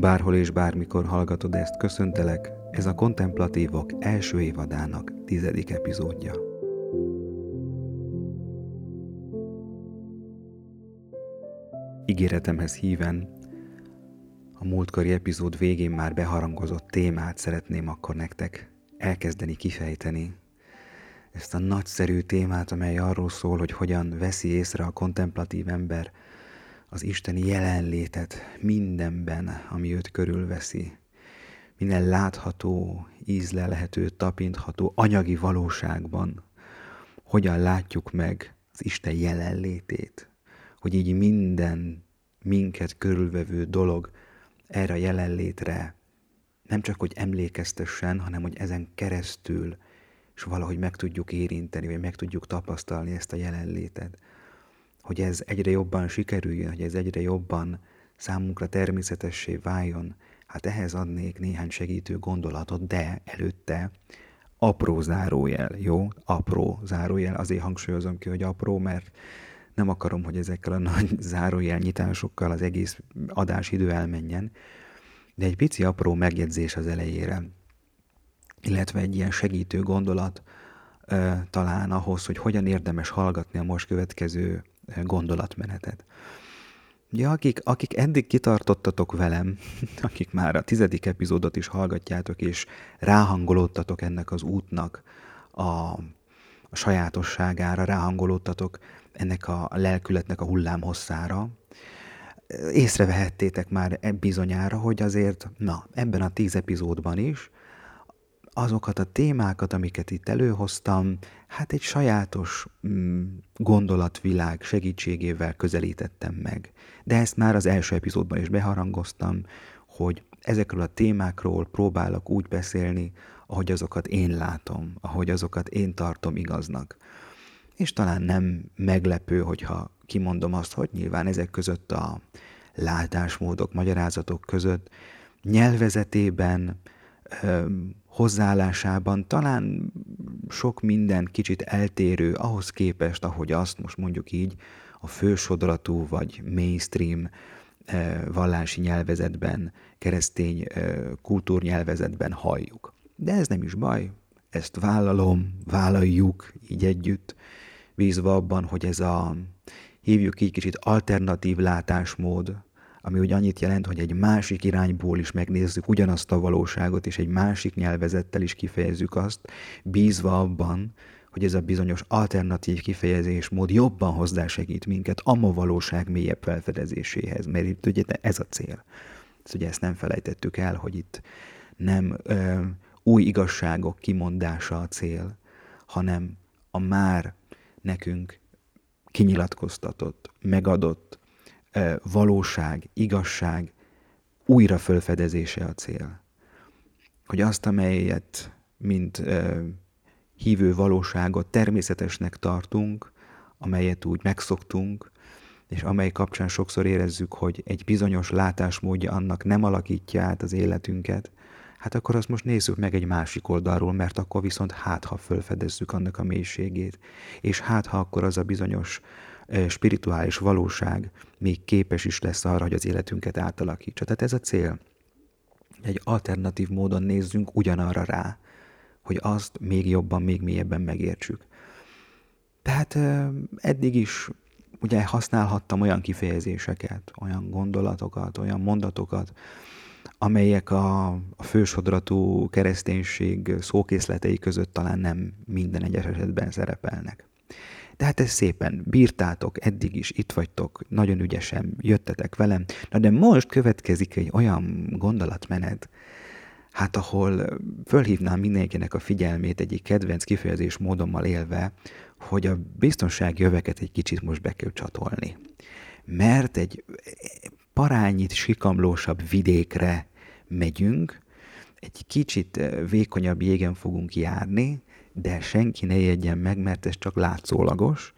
Bárhol és bármikor hallgatod ezt, köszöntelek, ez a Kontemplatívok első évadának 10. epizódja. Ígéretemhez híven, a múltkori epizód végén már beharangozott témát szeretném akkor nektek elkezdeni kifejteni. Ezt a nagyszerű témát, amely arról szól, hogy hogyan veszi észre a kontemplatív ember az isteni jelenlétet mindenben, ami őt körülveszi. Minden látható, ízlelhető, tapintható anyagi valóságban hogyan látjuk meg az Isten jelenlétét. Hogy így minden minket körülvevő dolog erre a jelenlétre nem csak, hogy emlékeztessen, hanem, hogy ezen keresztül és valahogy meg tudjuk érinteni, vagy meg tudjuk tapasztalni ezt a jelenlétet. Hogy ez egyre jobban sikerüljön, hogy ez egyre jobban számunkra természetessé váljon, hát ehhez adnék néhány segítő gondolatot, de előtte apró zárójel, jó? Apró zárójel, azért hangsúlyozom ki, hogy apró, mert nem akarom, hogy ezekkel a nagy zárójelnyitásokkal az egész adásidő elmenjen, de egy pici apró megjegyzés az elejére, illetve egy ilyen segítő gondolat talán ahhoz, hogy hogyan érdemes hallgatni a most következő gondolatmenetet. Ugye, akik eddig kitartottatok velem, akik már a 10. epizódot is hallgatjátok, és ráhangolódtatok ennek az útnak a sajátosságára, ráhangolódtatok ennek a lelkületnek a hullámhosszára, észrevehettétek már bizonyára, hogy azért, ebben a 10 epizódban is azokat a témákat, amiket itt előhoztam, hát egy sajátos gondolatvilág segítségével közelítettem meg. De ezt már az első epizódban is beharangoztam, hogy ezekről a témákról próbálok úgy beszélni, ahogy azokat én látom, ahogy azokat én tartom igaznak. És talán nem meglepő, hogyha kimondom azt, hogy nyilván ezek között a látásmódok, magyarázatok között nyelvezetében, hozzáállásában talán sok minden kicsit eltérő ahhoz képest, ahogy azt most mondjuk így a fősodratú vagy mainstream vallási nyelvezetben, keresztény kultúrnyelvezetben halljuk. De ez nem is baj, ezt vállaljuk így együtt, bízva abban, hogy ez a, hívjuk így kicsit alternatív látásmód, ami úgy annyit jelent, hogy egy másik irányból is megnézzük ugyanazt a valóságot, és egy másik nyelvezettel is kifejezzük azt, bízva abban, hogy ez a bizonyos alternatív kifejezésmód jobban hozzásegít minket a valóság mélyebb felfedezéséhez, mert itt ugye ez a cél. Ugye ezt nem felejtettük el, hogy itt nem új igazságok kimondása a cél, hanem a már nekünk kinyilatkoztatott, megadott valóság, igazság újra felfedezése a cél. Hogy azt, amelyet mint hívő valóságot természetesnek tartunk, amelyet úgy megszoktunk, és amely kapcsán sokszor érezzük, hogy egy bizonyos látásmódja annak nem alakítja át az életünket, hát akkor azt most nézzük meg egy másik oldalról, mert akkor viszont ha felfedezzük annak a mélységét, és ha akkor az a bizonyos spirituális valóság még képes is lesz arra, hogy az életünket átalakítsa. Tehát ez a cél. Egy alternatív módon nézzünk ugyanarra rá, hogy azt még jobban, még mélyebben megértsük. Tehát eddig is ugye használhattam olyan kifejezéseket, olyan gondolatokat, olyan mondatokat, amelyek a fősodratú kereszténység szókészletei között talán nem minden egyes esetben szerepelnek. De hát ezt szépen bírtátok, eddig is itt vagytok, nagyon ügyesen jöttetek velem. Na de most következik egy olyan gondolatmenet, hát ahol fölhívnám mindenkinek a figyelmét egyik kedvenc kifejezés módommal élve, hogy a biztonsági öveket egy kicsit most be kell csatolni. Mert egy parányit sikamlósabb vidékre megyünk, egy kicsit vékonyabb jégen fogunk járni, de senki ne jegyen meg, mert ez csak látszólagos.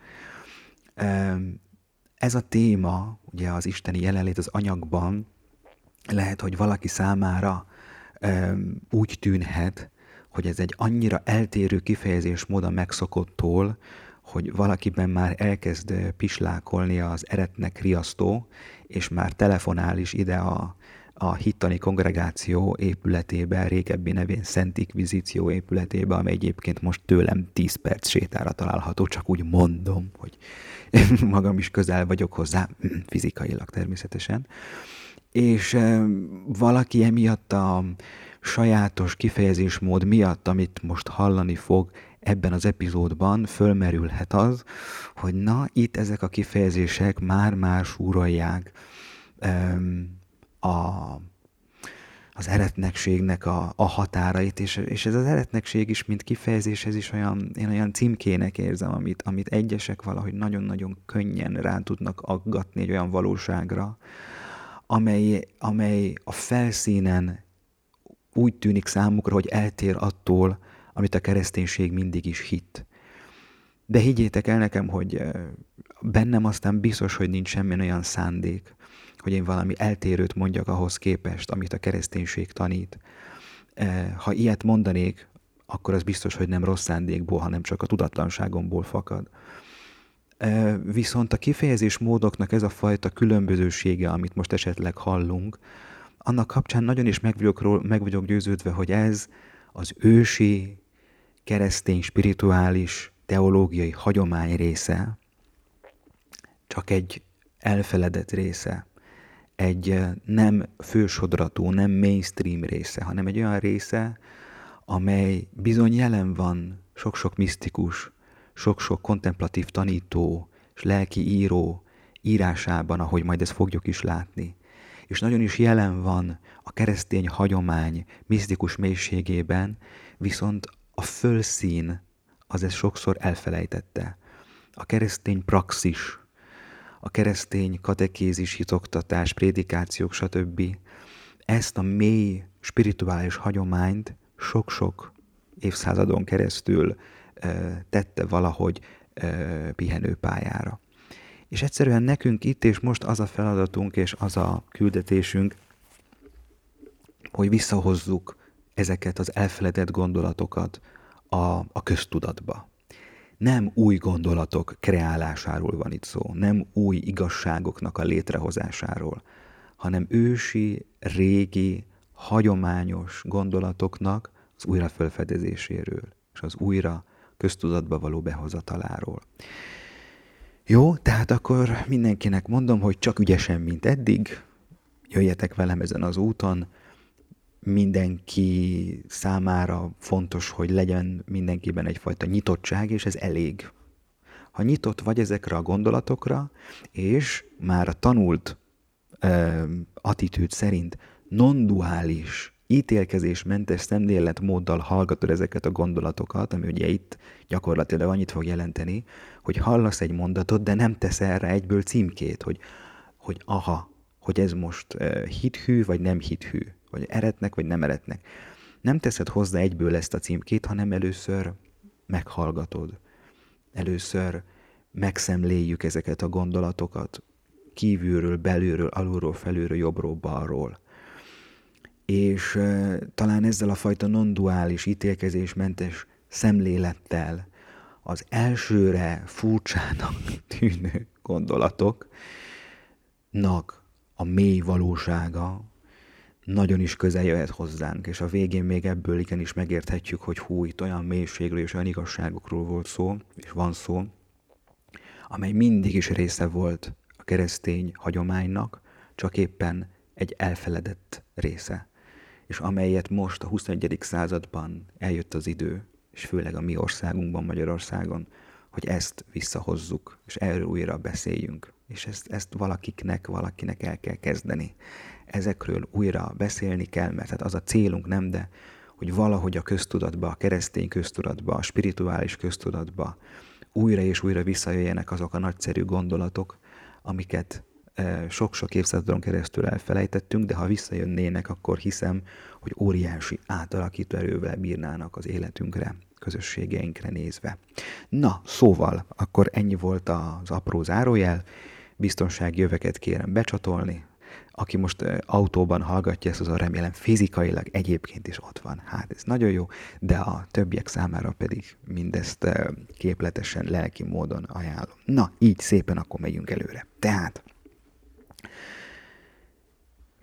Ez a téma, ugye az isteni jelenlét az anyagban, lehet, hogy valaki számára úgy tűnhet, hogy ez egy annyira eltérő kifejezésmód a megszokottól, hogy valakiben már elkezd pislákolni az eretnek riasztó, és már telefonál is ide a a hittani kongregáció épületébe, régebbi nevén Szent Inkvizíció épületébe, amely egyébként most tőlem 10 perc sétára található, csak úgy mondom, hogy magam is közel vagyok hozzá, fizikailag természetesen. És valaki emiatt a sajátos kifejezésmód miatt, amit most hallani fog ebben az epizódban, fölmerülhet az, hogy na, itt ezek a kifejezések már súrolják az eretnekségnek a határait, és ez az eretnekség is, mint kifejezés, ez is én olyan címkének érzem, amit egyesek valahogy nagyon-nagyon könnyen rá tudnak aggatni egy olyan valóságra, amely a felszínen úgy tűnik számukra, hogy eltér attól, amit a kereszténység mindig is hitt. De higgyétek el nekem, hogy bennem aztán biztos, hogy nincs semmi olyan szándék, hogy én valami eltérőt mondjak ahhoz képest, amit a kereszténység tanít. Ha ilyet mondanék, akkor az biztos, hogy nem rossz szándékból, hanem csak a tudatlanságomból fakad. Viszont a kifejezés módoknak ez a fajta különbözősége, amit most esetleg hallunk, annak kapcsán nagyon is meg vagyok győződve, hogy ez az ősi, keresztény, spirituális, teológiai hagyomány része, csak egy elfeledett része, egy nem fősodratú, nem mainstream része, hanem egy olyan része, amely bizony jelen van sok-sok misztikus, sok-sok kontemplatív tanító és lelki író írásában, ahogy majd ezt fogjuk is látni. És nagyon is jelen van a keresztény hagyomány misztikus mélységében, viszont a fölszín az ezt sokszor elfelejtette. A keresztény praxis, a keresztény katekézis, hitoktatás, prédikációk, stb. Ezt a mély spirituális hagyományt sok-sok évszázadon keresztül tette valahogy pihenőpályára. És egyszerűen nekünk itt és most az a feladatunk és az a küldetésünk, hogy visszahozzuk ezeket az elfeledett gondolatokat a köztudatba. Nem új gondolatok kreálásáról van itt szó, nem új igazságoknak a létrehozásáról, hanem ősi, régi, hagyományos gondolatoknak az újra felfedezéséről, és az újra köztudatba való behozataláról. Jó, tehát akkor mindenkinek mondom, hogy csak ügyesen, mint eddig, jöjjetek velem ezen az úton, mindenki számára fontos, hogy legyen mindenkiben egyfajta nyitottság, és ez elég. Ha nyitott vagy ezekre a gondolatokra, és már a tanult attitűd szerint non-duális, ítélkezésmentes szemléletmóddal hallgatod ezeket a gondolatokat, ami ugye itt gyakorlatilag annyit fog jelenteni, hogy hallasz egy mondatot, de nem tesz erre egyből címkét, hogy aha, hogy ez most hithű, vagy nem hithű, vagy eretnek, vagy nem eretnek. Nem teszed hozzá egyből ezt a címkét, hanem először meghallgatod. Először megszemléljük ezeket a gondolatokat kívülről, belülről, alulról, felülről, jobbról, balról. És talán ezzel a fajta non-duális, ítélkezésmentes szemlélettel az elsőre furcsának tűnő gondolatoknak a mély valósága nagyon is közel jöhet hozzánk, és a végén még ebből igenis megérthetjük, hogy hú, itt olyan mélységről és olyan igazságokról volt szó, és van szó, amely mindig is része volt a keresztény hagyománynak, csak éppen egy elfeledett része, és amelyet most a 21. században eljött az idő, és főleg a mi országunkban, Magyarországon, hogy ezt visszahozzuk, és erről újra beszéljünk. És ezt valakinek el kell kezdeni. Ezekről újra beszélni kell, mert hát az a célunk nem, de hogy valahogy a köztudatba, a keresztény köztudatba, a spirituális köztudatba újra és újra visszajöjjenek azok a nagyszerű gondolatok, amiket sok-sok évszázadon keresztül elfelejtettünk, de ha visszajönnének, akkor hiszem, hogy óriási átalakító erővel bírnának az életünkre, közösségeinkre nézve. Na, szóval, akkor ennyi volt az apró zárójel, biztonsági jöveket kérem becsatolni, aki most autóban hallgatja ezt, azon remélem fizikailag egyébként is ott van. Hát ez nagyon jó, de a többiek számára pedig mindezt képletesen, lelki módon ajánlom. Na, így szépen akkor megyünk előre. Tehát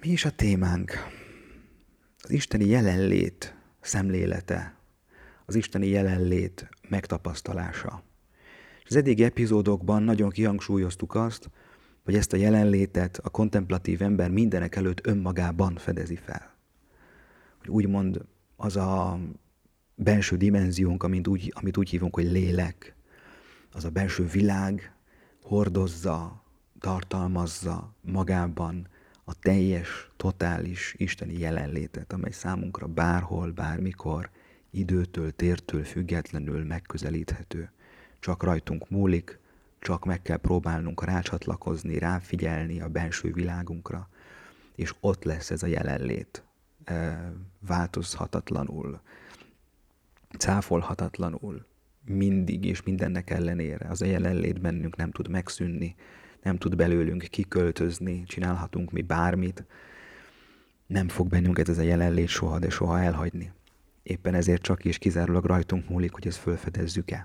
Mi is a témánk? Az isteni jelenlét szemlélete, az isteni jelenlét megtapasztalása. És az eddigi epizódokban nagyon kihangsúlyoztuk azt, hogy ezt a jelenlétet a kontemplatív ember mindenek előtt önmagában fedezi fel. Hogy úgymond az a belső dimenziónk, amit úgy hívunk, hogy lélek, az a belső világ hordozza, tartalmazza magában a teljes, totális isteni jelenlétet, amely számunkra bárhol, bármikor, időtől, tértől függetlenül megközelíthető. Csak rajtunk múlik, csak meg kell próbálnunk rácsatlakozni, ráfigyelni a belső világunkra, és ott lesz ez a jelenlét, változhatatlanul, cáfolhatatlanul, mindig és mindennek ellenére. Az a jelenlét bennünk nem tud megszűnni, nem tud belőlünk kiköltözni, csinálhatunk mi bármit, nem fog bennünket ez a jelenlét soha, de soha elhagyni. Éppen ezért csak és kizárólag rajtunk múlik, hogy ezt felfedezzük-e.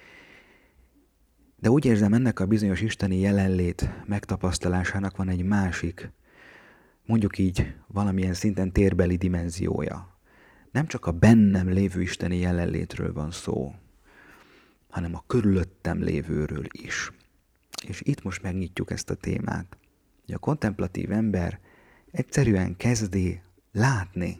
De úgy érzem, ennek a bizonyos isteni jelenlét megtapasztalásának van egy másik, mondjuk így valamilyen szinten térbeli dimenziója. Nem csak a bennem lévő isteni jelenlétről van szó, hanem a körülöttem lévőről is. És itt most megnyitjuk ezt a témát, hogy a kontemplatív ember egyszerűen kezdi látni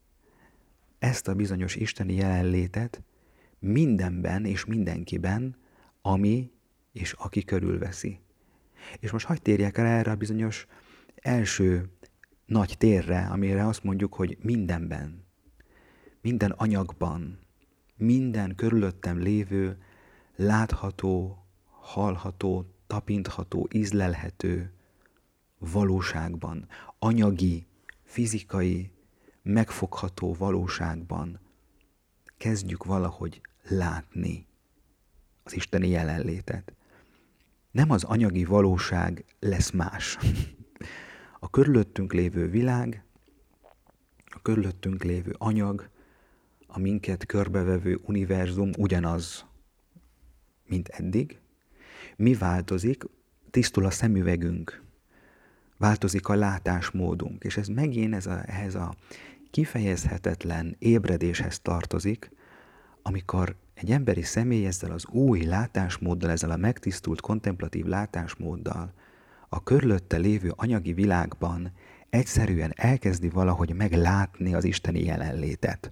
ezt a bizonyos isteni jelenlétet mindenben és mindenkiben, ami és aki körülveszi. És most hadd térjek rá erre a bizonyos első nagy térre, amire azt mondjuk, hogy mindenben, minden anyagban, minden körülöttem lévő, látható, hallható, tapintható, ízlelhető valóságban, anyagi, fizikai, megfogható valóságban kezdjük valahogy látni az isteni jelenlétet. Nem az anyagi valóság lesz más. A körülöttünk lévő világ, a körülöttünk lévő anyag, a minket körbevevő univerzum ugyanaz, mint eddig. Mi változik? Tisztul a szemüvegünk, változik a látásmódunk, és ez megint ehhez a kifejezhetetlen ébredéshez tartozik, amikor egy emberi személy ezzel az új látásmóddal, ezzel a megtisztult kontemplatív látásmóddal a körülötte lévő anyagi világban egyszerűen elkezdi valahogy meglátni az isteni jelenlétet.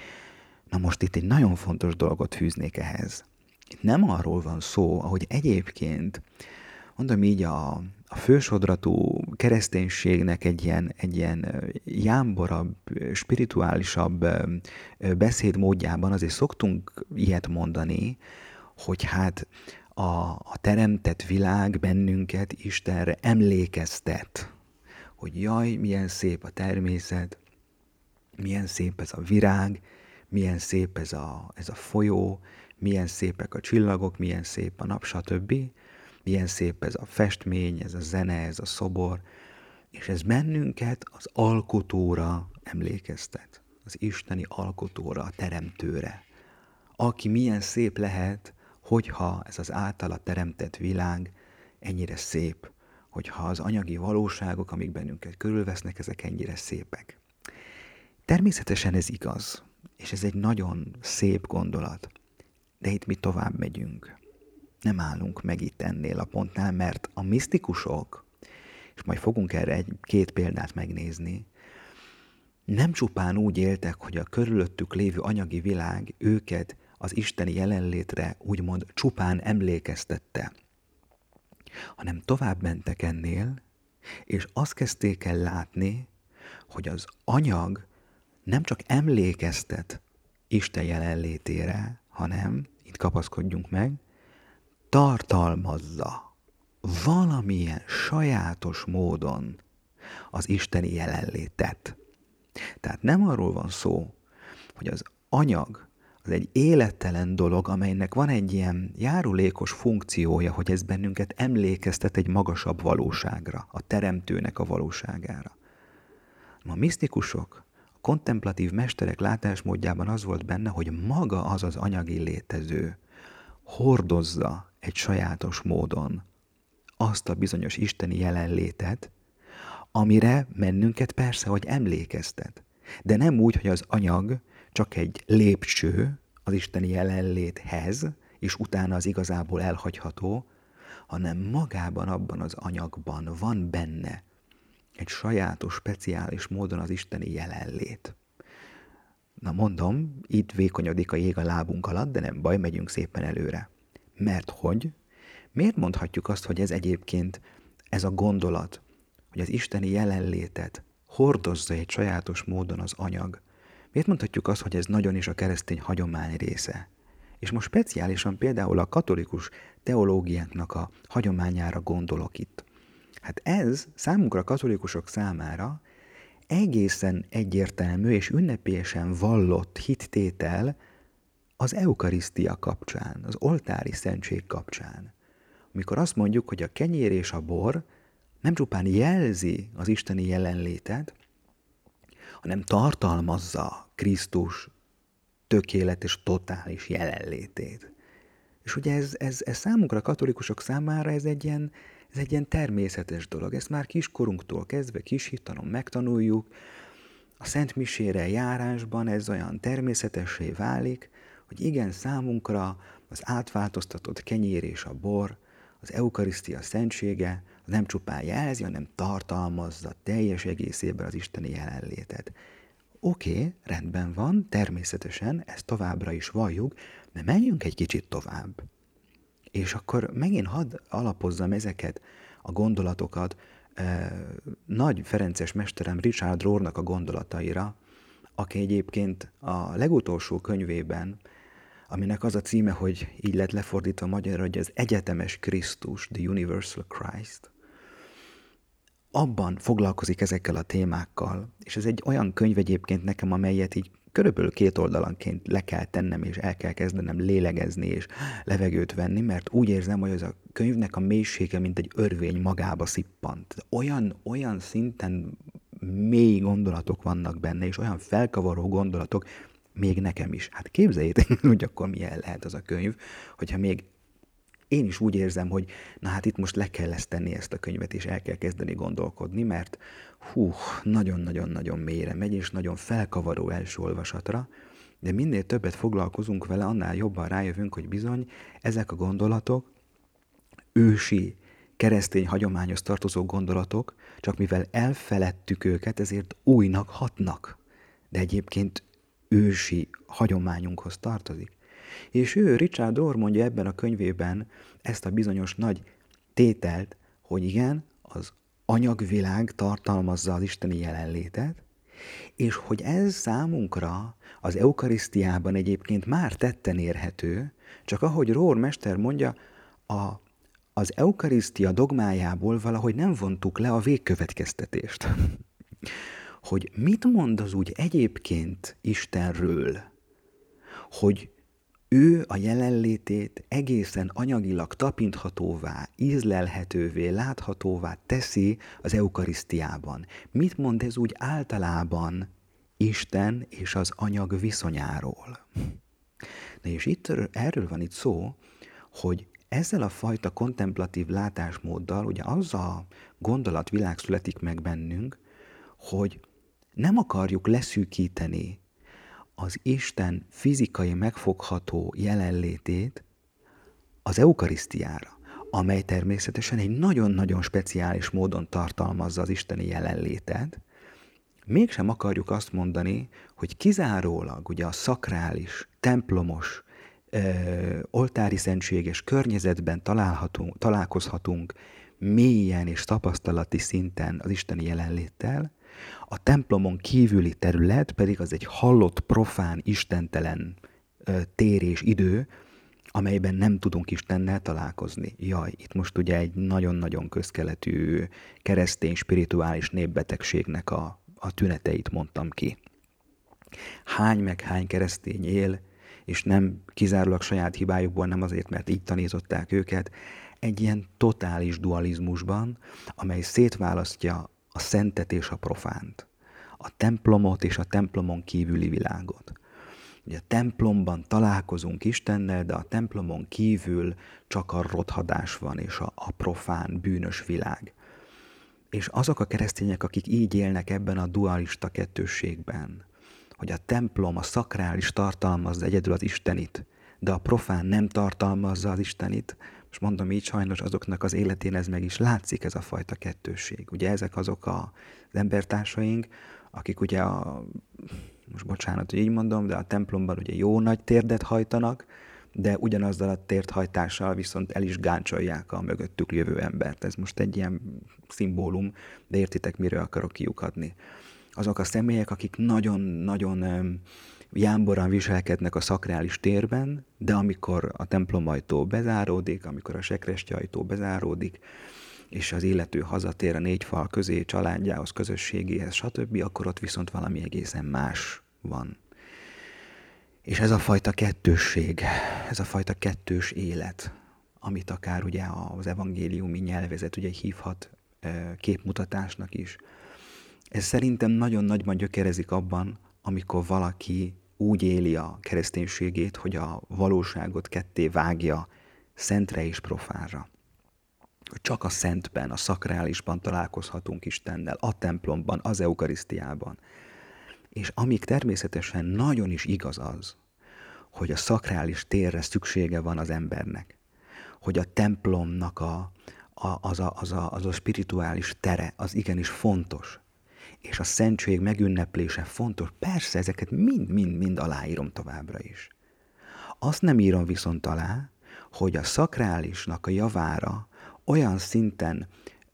Na most itt egy nagyon fontos dolgot fűznék ehhez. Itt nem arról van szó, ahogy egyébként, mondom így, a fősodratú kereszténységnek egy ilyen jámborabb, spirituálisabb beszédmódjában azért szoktunk ilyet mondani, hogy hát a teremtett világ bennünket Istenre emlékeztet, hogy jaj, milyen szép a természet, milyen szép ez a virág, milyen szép ez a folyó, milyen szépek a csillagok, milyen szép a nap, stb. Milyen szép ez a festmény, ez a zene, ez a szobor, és ez bennünket az alkotóra emlékeztet, az isteni alkotóra, a teremtőre, aki milyen szép lehet, hogyha ez az általa teremtett világ ennyire szép, hogyha az anyagi valóságok, amik bennünket körülvesznek, ezek ennyire szépek. Természetesen ez igaz, és ez egy nagyon szép gondolat, de itt mi tovább megyünk. Nem állunk meg itt ennél a pontnál, mert a misztikusok, és majd fogunk erre két példát megnézni, nem csupán úgy éltek, hogy a körülöttük lévő anyagi világ őket az isteni jelenlétre úgymond csupán emlékeztette, hanem tovább mentek ennél, és azt kezdték el látni, hogy az anyag nem csak emlékeztet Isten jelenlétére, hanem, itt kapaszkodjunk meg, tartalmazza valamilyen sajátos módon az isteni jelenlétet. Tehát nem arról van szó, hogy az anyag az egy élettelen dolog, amelynek van egy ilyen járulékos funkciója, hogy ez bennünket emlékeztet egy magasabb valóságra, a teremtőnek a valóságára. A misztikusok, a kontemplatív mesterek látásmódjában az volt benne, hogy maga az az anyagi létező hordozza egy sajátos módon azt a bizonyos isteni jelenlétet, amire bennünket persze, hogy emlékeztet. De nem úgy, hogy az anyag csak egy lépcső az isteni jelenléthez, és utána az igazából elhagyható, hanem magában, abban az anyagban van benne egy sajátos, speciális módon az isteni jelenlét. Na mondom, itt vékonyodik a jég a lábunk alatt, de nem baj, megyünk szépen előre. Mert hogy? Miért mondhatjuk azt, hogy ez egyébként, ez a gondolat, hogy az isteni jelenlétet hordozza egy sajátos módon az anyag? Miért mondhatjuk azt, hogy ez nagyon is a keresztény hagyomány része? És most speciálisan például a katolikus teológiáknak a hagyományára gondolok itt. Hát ez számunkra, katolikusok számára egészen egyértelmű és ünnepélyesen vallott hittétel az eukarisztia kapcsán, az oltári szentség kapcsán. Amikor azt mondjuk, hogy a kenyér és a bor nem csupán jelzi az isteni jelenlétet, hanem tartalmazza Krisztus tökéletes, totális jelenlétét. És ugye ez számunkra, katolikusok számára ez egy ilyen természetes dolog. Ezt már kiskorunktól kezdve, kishittanon megtanuljuk. A Szent Misére járásban ez olyan természetessé válik, hogy igen, számunkra az átváltoztatott kenyér és a bor, az eukarisztia szentsége, az nem csupán jelzi, hanem tartalmazza teljes egészében az isteni jelenlétet. Oké, rendben van, természetesen, ezt továbbra is valljuk, de menjünk egy kicsit tovább. És akkor megint hadd alapozzam ezeket a gondolatokat nagy ferences mesterem Richard Rohrnak a gondolataira, aki egyébként a legutolsó könyvében, aminek az a címe, hogy így lett lefordítva magyarra, hogy az egyetemes Krisztus, The Universal Christ, abban foglalkozik ezekkel a témákkal, és ez egy olyan könyv egyébként nekem, amelyet így körülbelül 2 oldalanként le kell tennem, és el kell kezdenem lélegezni, és levegőt venni, mert úgy érzem, hogy ez a könyvnek a mélysége, mint egy örvény magába szippant. Olyan szinten mély gondolatok vannak benne, és olyan felkavaró gondolatok, még nekem is. Hát képzeljétek, hogy akkor milyen lehet az a könyv, hogyha még én is úgy érzem, hogy na hát itt most le kell ezt tenni, ezt a könyvet, és el kell kezdeni gondolkodni, mert nagyon-nagyon-nagyon mélyre megy, és nagyon felkavaró első olvasatra, de minél többet foglalkozunk vele, annál jobban rájövünk, hogy bizony ezek a gondolatok ősi, keresztény hagyományhoz tartozó gondolatok, csak mivel elfeledtük őket, ezért újnak hatnak. De egyébként ősi hagyományunkhoz tartozik. És ő, Richard Rohr mondja ebben a könyvében ezt a bizonyos nagy tételt, hogy igen, az anyagvilág tartalmazza az isteni jelenlétet, és hogy ez számunkra az eukarisztiában egyébként már tetten érhető, csak ahogy Rohr mester mondja, az eukarisztia dogmájából valahogy nem vontuk le a végkövetkeztetést. Hogy mit mond az úgy egyébként Istenről, hogy ő a jelenlétét egészen anyagilag tapinthatóvá, ízlelhetővé, láthatóvá teszi az eukarisztiában. Mit mond ez úgy általában Isten és az anyag viszonyáról? Na és erről van itt szó, hogy ezzel a fajta kontemplatív látásmóddal ugye az a gondolatvilág születik meg bennünk, hogy nem akarjuk leszűkíteni az Isten fizikai megfogható jelenlétét az eukarisztiára, amely természetesen egy nagyon-nagyon speciális módon tartalmazza az isteni jelenlétet, mégsem akarjuk azt mondani, hogy kizárólag ugye a szakrális, templomos, oltári szentséges környezetben találkozhatunk mélyen és tapasztalati szinten az isteni jelenléttel, a templomon kívüli terület pedig az egy hallott, profán, istentelen tér és idő, amelyben nem tudunk Istennel találkozni. Jaj, itt most ugye egy nagyon-nagyon közkeletű keresztény spirituális népbetegségnek a tüneteit mondtam ki. Hány keresztény él, és nem kizárólag saját hibájukból, nem azért, mert így tanították őket, egy ilyen totális dualizmusban, amely szétválasztja a szentet és a profánt, a templomot és a templomon kívüli világot. Ugye a templomban találkozunk Istennel, de a templomon kívül csak a rothadás van és a profán, bűnös világ. És azok a keresztények, akik így élnek ebben a dualista kettősségben, hogy a templom, a szakrális tartalmazza egyedül az Istenit, de a profán nem tartalmazza az Istenit, és mondom így, sajnos azoknak az életén ez meg is látszik, ez a fajta kettősség. Ugye ezek azok az embertársaink, akik ugye most bocsánat, hogy így mondom, de a templomban ugye jó nagy térdet hajtanak, de ugyanazzal a térdhajtással viszont el is gáncsolják a mögöttük jövő embert. Ez most egy ilyen szimbólum, de értitek, miről akarok kiukadni. Azok a személyek, akik nagyon-nagyon jámboran viselkednek a szakrális térben, de amikor a templomajtó bezáródik, amikor a sekrestyeajtó bezáródik, és az illető hazatér a négy fal közé, családjához, közösségéhez, stb., akkor ott viszont valami egészen más van. És ez a fajta kettősség, ez a fajta kettős élet, amit akár ugye az evangéliumi nyelvezet ugye hívhat képmutatásnak is, ez szerintem nagyon nagyban gyökerezik abban, amikor valaki úgy éli a kereszténységét, hogy a valóságot ketté vágja szentre és profánra. Csak a szentben, a szakrálisban találkozhatunk Istennel, a templomban, az eukarisztiában. És amíg természetesen nagyon is igaz az, hogy a szakrális térre szüksége van az embernek, hogy a templomnak az a spirituális tere, az igenis fontos, és a szentség megünneplése fontos, persze ezeket mind aláírom továbbra is. Azt nem írom viszont alá, hogy a szakrálisnak a javára olyan szinten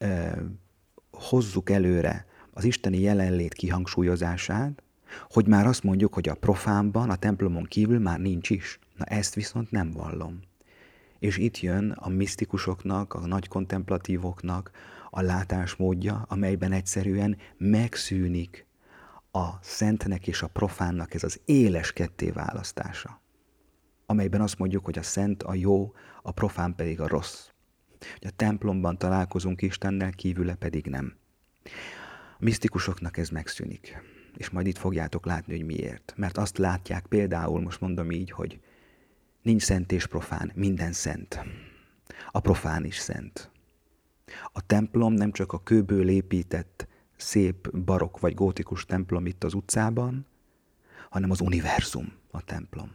hozzuk előre az isteni jelenlét kihangsúlyozását, hogy már azt mondjuk, hogy a profánban, a templomon kívül már nincs is. Na ezt viszont nem vallom. És itt jön a misztikusoknak, a nagy kontemplatívoknak a látásmódja, amelyben egyszerűen megszűnik a szentnek és a profánnak ez az éles kettéválasztása. Amelyben azt mondjuk, hogy a szent a jó, a profán pedig a rossz. A templomban találkozunk Istennel, kívüle pedig nem. A misztikusoknak ez megszűnik. És majd itt fogjátok látni, hogy miért. Mert azt látják például, most mondom így, hogy nincs szent és profán, minden szent. A profán is szent. A templom nem csak a kőből épített szép barokk vagy gótikus templom itt az utcában, hanem az univerzum a templom.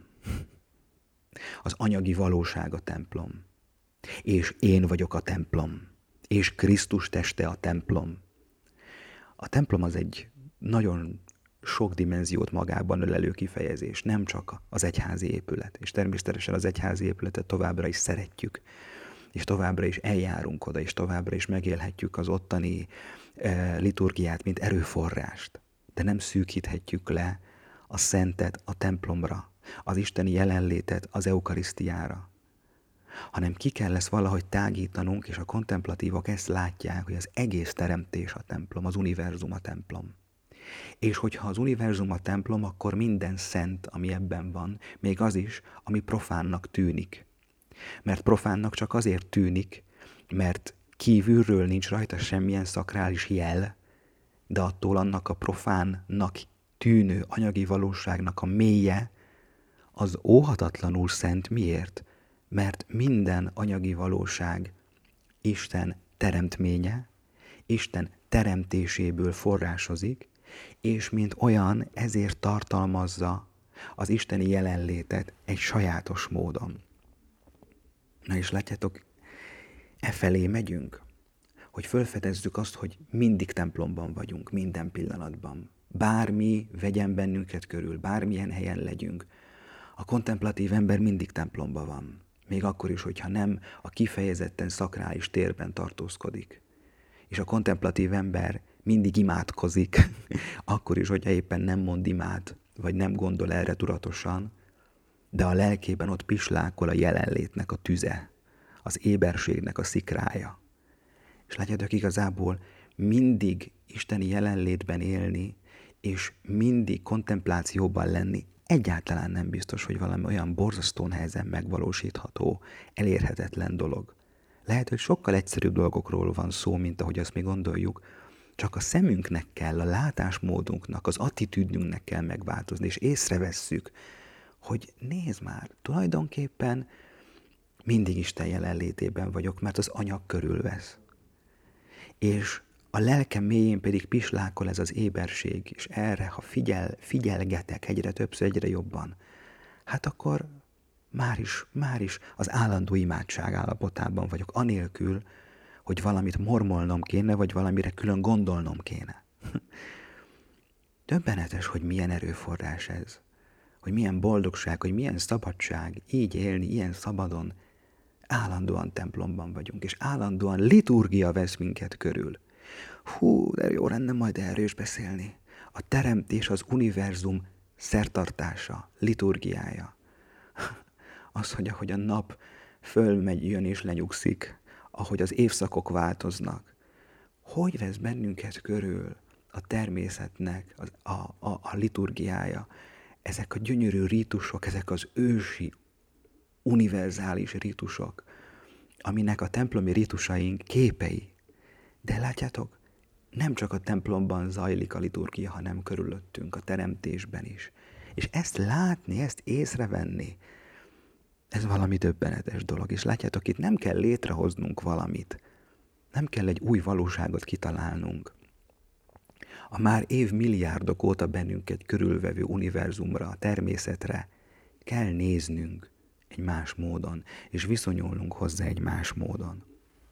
Az anyagi valóság a templom. És én vagyok a templom. És Krisztus teste a templom. A templom az egy nagyon sok dimenziót magában ölelő kifejezés, nem csak az egyházi épület. És természetesen az egyházi épületet továbbra is szeretjük, és továbbra is eljárunk oda, és továbbra is megélhetjük az ottani liturgiát, mint erőforrást. De nem szűkíthetjük le a szentet a templomra, az isteni jelenlétet az eukarisztiára, hanem ki kell ezt valahogy tágítanunk, és a kontemplatívok ezt látják, hogy az egész teremtés a templom, az univerzum a templom. És hogyha az univerzum a templom, akkor minden szent, ami ebben van, még az is, ami profánnak tűnik. Mert profánnak csak azért tűnik, mert kívülről nincs rajta semmilyen szakrális jel, de attól annak a profánnak tűnő anyagi valóságnak a mélye az óhatatlanul szent. Miért? Mert minden anyagi valóság Isten teremtménye, Isten teremtéséből forrásozik, és mint olyan ezért tartalmazza az isteni jelenlétet egy sajátos módon. Na és látjátok, efelé megyünk, hogy felfedezzük azt, hogy mindig templomban vagyunk, minden pillanatban. Bármi vegyen bennünket körül, bármilyen helyen legyünk. A kontemplatív ember mindig templomban van. Még akkor is, hogyha nem a kifejezetten szakrális térben tartózkodik. És a kontemplatív ember mindig imádkozik, akkor is, hogyha éppen nem mond imád, vagy nem gondol erre tudatosan, de a lelkében ott pislákol a jelenlétnek a tüze, az éberségnek a szikrája. És látjátok, igazából mindig isteni jelenlétben élni, és mindig kontemplációban lenni, egyáltalán nem biztos, hogy valami olyan borzasztó nehezen megvalósítható, elérhetetlen dolog. Lehet, hogy sokkal egyszerűbb dolgokról van szó, mint ahogy azt mi gondoljuk, csak a szemünknek kell, a látásmódunknak, az attitűdünknek kell megváltozni, és észrevesszük, hogy nézd már, tulajdonképpen mindig Isten jelenlétében vagyok, mert az anyag körülvesz. És a lelkem mélyén pedig pislákol ez az éberség, és erre, ha figyelgetek egyre többször, egyre jobban, hát akkor már is az állandó imádság állapotában vagyok, anélkül, hogy valamit mormolnom kéne, vagy valamire külön gondolnom kéne. Döbbenetes, hogy milyen erőforrás ez, hogy milyen boldogság, hogy milyen szabadság így élni, ilyen szabadon. Állandóan templomban vagyunk, és állandóan liturgia vesz minket körül. Hú, de jó lenne majd erről is beszélni. A teremtés, az univerzum szertartása, liturgiája. Az, hogy ahogy a nap fölmegy, jön és lenyugszik, ahogy az évszakok változnak. Hogy vesz bennünket körül a természetnek a liturgiája? Ezek a gyönyörű rítusok, ezek az ősi, univerzális rítusok, aminek a templomi rítusaink képei. De látjátok, nem csak a templomban zajlik a liturgia, hanem körülöttünk, a teremtésben is. És ezt látni, ezt észrevenni, ez valami döbbenetes dolog. És látjátok, itt nem kell létrehoznunk valamit. Nem kell egy új valóságot kitalálnunk. A már évmilliárdok óta bennünket körülvevő univerzumra, a természetre kell néznünk egy más módon, és viszonyulnunk hozzá egy más módon.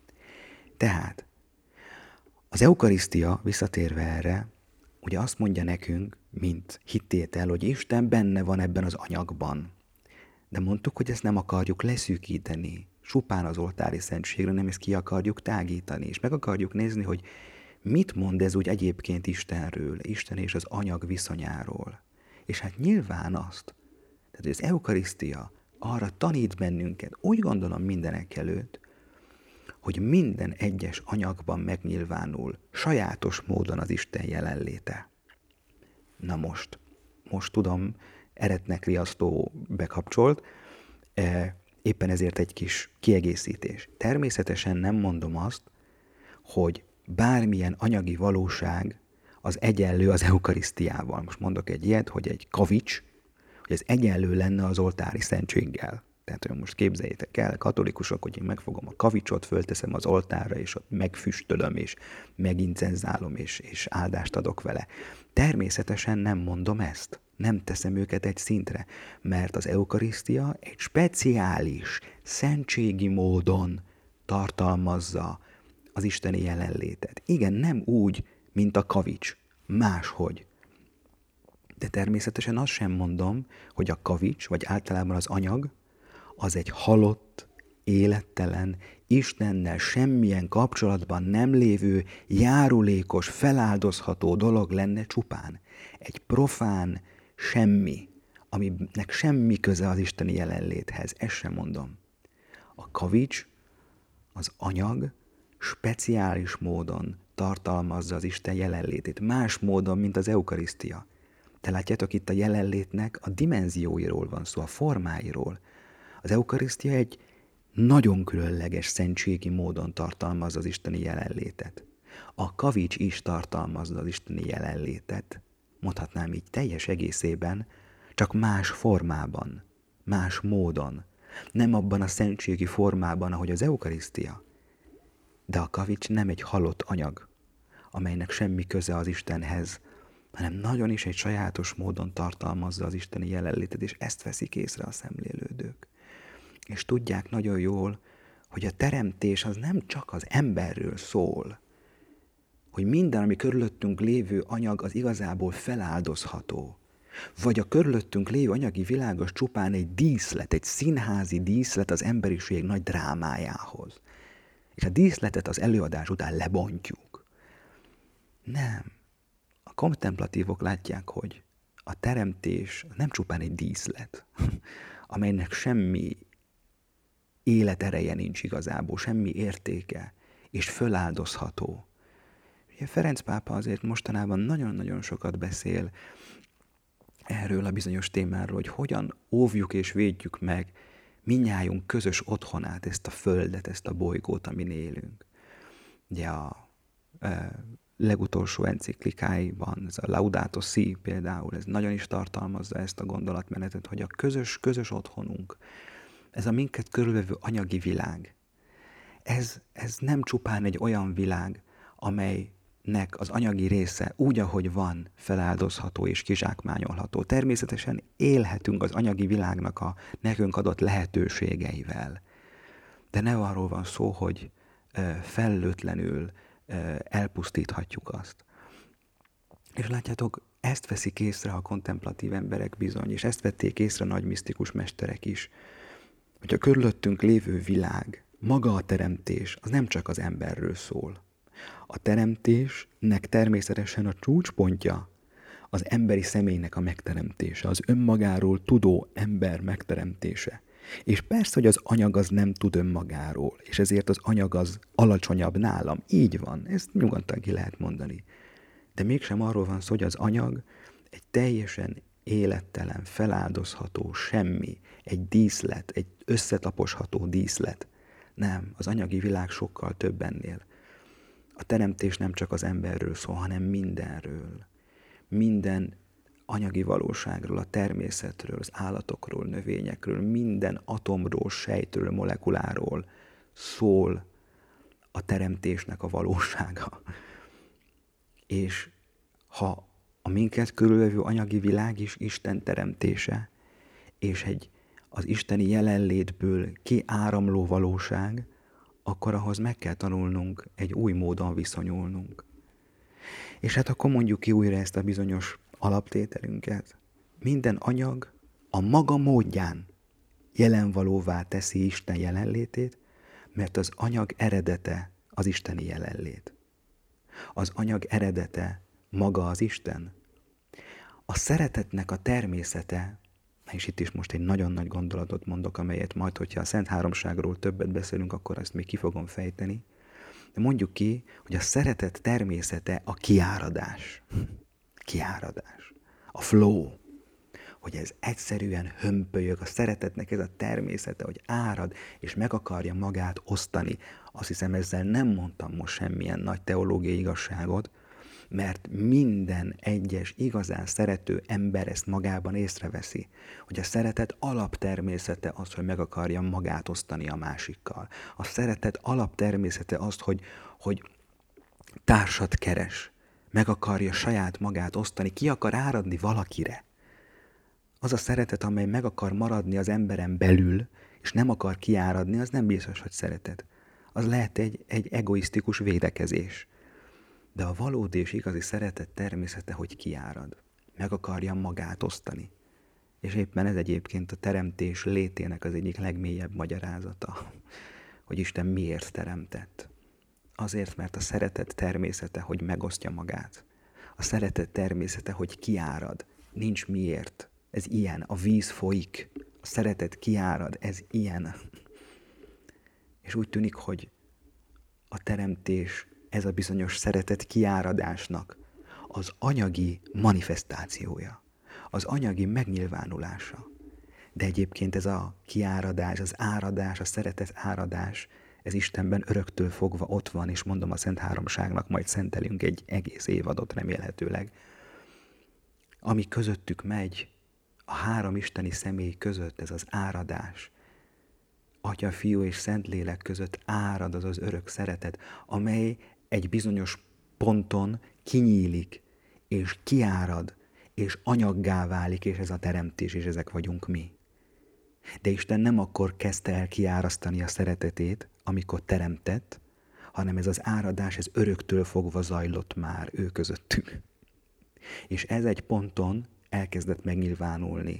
Tehát az eukarisztia, visszatérve erre, ugye azt mondja nekünk, mint hittétel, hogy Isten benne van ebben az anyagban. De mondtuk, hogy ezt nem akarjuk leszűkíteni, csupán az oltári szentségre, nem ezt ki akarjuk tágítani, és meg akarjuk nézni, hogy mit mond ez úgy egyébként Istenről, Isten és az anyag viszonyáról. És hát nyilván azt, tehát az eukarisztia arra tanít bennünket, úgy gondolom mindenek előtt, hogy minden egyes anyagban megnyilvánul sajátos módon az Isten jelenléte. Na most tudom, eretnek riasztó bekapcsolt, éppen ezért egy kis kiegészítés. Természetesen nem mondom azt, hogy bármilyen anyagi valóság az egyenlő az eukarisztiával. Most mondok egy ilyet, hogy egy kavics, hogy ez egyenlő lenne az oltári szentséggel. Tehát, hogy most képzeljétek el, katolikusok, hogy én megfogom a kavicsot, fölteszem az oltárra, és ott megfüstölöm, és megincenzálom, és áldást adok vele. Természetesen nem mondom ezt. Nem teszem őket egy szintre, mert az eukarisztia egy speciális, szentségi módon tartalmazza az isteni jelenlétet. Igen, nem úgy, mint a kavics, máshogy. De természetesen azt sem mondom, hogy a kavics, vagy általában az anyag, az egy halott, élettelen, Istennel semmilyen kapcsolatban nem lévő, járulékos, feláldozható dolog lenne csupán. Egy profán semmi, aminek semmi köze az isteni jelenléthez. Ezt sem mondom. A kavics, az anyag speciális módon tartalmazza az Isten jelenlétét. Más módon, mint az eukarisztia. Te látjátok, itt a jelenlétnek a dimenzióiról van szó, a formáiról. Az eukarisztia egy nagyon különleges szentségi módon tartalmazza az isteni jelenlétet. A kavics is tartalmazza az isteni jelenlétet. Mondhatnám így teljes egészében, csak más formában, más módon. Nem abban a szentségi formában, ahogy az eukarisztia. De a kavics nem egy halott anyag, amelynek semmi köze az Istenhez, hanem nagyon is egy sajátos módon tartalmazza az isteni jelenlétet, és ezt veszik észre a szemlélődők. És tudják nagyon jól, hogy a teremtés az nem csak az emberről szól, hogy minden, ami körülöttünk lévő anyag, az igazából feláldozható. Vagy a körülöttünk lévő anyagi világ az csupán egy díszlet, egy színházi díszlet az emberiség nagy drámájához. És a díszletet az előadás után lebontjuk. Nem. A kontemplatívok látják, hogy a teremtés nem csupán egy díszlet, amelynek semmi életereje nincs igazából, semmi értéke, és föláldozható. Ugye Ferenc pápa azért mostanában nagyon-nagyon sokat beszél erről a bizonyos témáról, hogy hogyan óvjuk és védjük meg mindnyájunk közös otthonát, ezt a földet, ezt a bolygót, amin élünk. Ugye a legutolsó enciklikáiban, ez a Laudato Si például, ez nagyon is tartalmazza ezt a gondolatmenetet, hogy a közös otthonunk, ez a minket körülvevő anyagi világ, ez nem csupán egy olyan világ, amely nek az anyagi része úgy, ahogy van, feláldozható és kizsákmányolható. Természetesen élhetünk az anyagi világnak a nekünk adott lehetőségeivel. De ne arról van szó, hogy fellőtlenül elpusztíthatjuk azt. És látjátok, ezt veszik észre a kontemplatív emberek bizony, és ezt vették észre nagy misztikus mesterek is, hogy a körülöttünk lévő világ, maga a teremtés, az nem csak az emberről szól. A teremtésnek természetesen a csúcspontja az emberi személynek a megteremtése, az önmagáról tudó ember megteremtése. És persze, hogy az anyag az nem tud önmagáról, és ezért az anyag az alacsonyabb nálam. Így van, ezt nyugodtan ki lehet mondani. De mégsem arról van szó, hogy az anyag egy teljesen élettelen, feláldozható semmi, egy díszlet, egy összetaposható díszlet. Nem, az anyagi világ sokkal több ennél. A teremtés nem csak az emberről szól, hanem mindenről. Minden anyagi valóságról, a természetről, az állatokról, növényekről, minden atomról, sejtről, molekuláról szól a teremtésnek a valósága. És ha a minket körülvevő anyagi világ is Isten teremtése, és az isteni jelenlétből kiáramló valóság, akkor ahhoz meg kell tanulnunk egy új módon viszonyulnunk. És hát akkor mondjuk ki újra ezt a bizonyos alaptételünket. Minden anyag a maga módján jelenvalóvá teszi Isten jelenlétét, mert az anyag eredete az isteni jelenlét. Az anyag eredete maga az Isten. A szeretetnek a természete, és itt is most egy nagyon nagy gondolatot mondok, amelyet majd, hogyha a Szent Háromságról többet beszélünk, akkor ezt még ki fogom fejteni. De mondjuk ki, hogy a szeretet természete a kiáradás. Kiáradás. A flow. Hogy ez egyszerűen hömpölyög, a szeretetnek ez a természete, hogy árad, és meg akarja magát osztani. Azt hiszem, ezzel nem mondtam most semmilyen nagy teológiai igazságot, mert minden egyes igazán szerető ember ezt magában észreveszi, hogy a szeretet alaptermészete az, hogy meg akarja magát osztani a másikkal. A szeretet alaptermészete az, hogy társat keres, meg akarja saját magát osztani, ki akar áradni valakire. Az a szeretet, amely meg akar maradni az emberen belül, és nem akar kiáradni, az nem biztos, hogy szeretet. Az lehet egy egoisztikus védekezés. De a valódi és igazi szeretet természete, hogy kiárad. Meg akarja magát osztani. És éppen ez egyébként a teremtés létének az egyik legmélyebb magyarázata, hogy Isten miért teremtett. Azért, mert a szeretet természete, hogy megosztja magát. A szeretet természete, hogy kiárad. Nincs miért. Ez ilyen. A víz folyik. A szeretet kiárad. Ez ilyen. És úgy tűnik, hogy a teremtés, ez a bizonyos szeretet kiáradásnak az anyagi manifestációja, az anyagi megnyilvánulása. De egyébként ez a kiáradás, az áradás, a szeretet áradás, ez Istenben öröktől fogva ott van, és mondom, a Szent Háromságnak majd szentelünk egy egész évadot remélhetőleg. Ami közöttük megy, a három isteni személy között ez az áradás, Atya, Fiú és Szentlélek között árad az az örök szeretet, amely egy bizonyos ponton kinyílik, és kiárad, és anyaggá válik, és ez a teremtés, és ezek vagyunk mi. De Isten nem akkor kezdte el kiárasztani a szeretetét, amikor teremtett, hanem ez az áradás, ez öröktől fogva zajlott már ő közöttük. És ez egy ponton elkezdett megnyilvánulni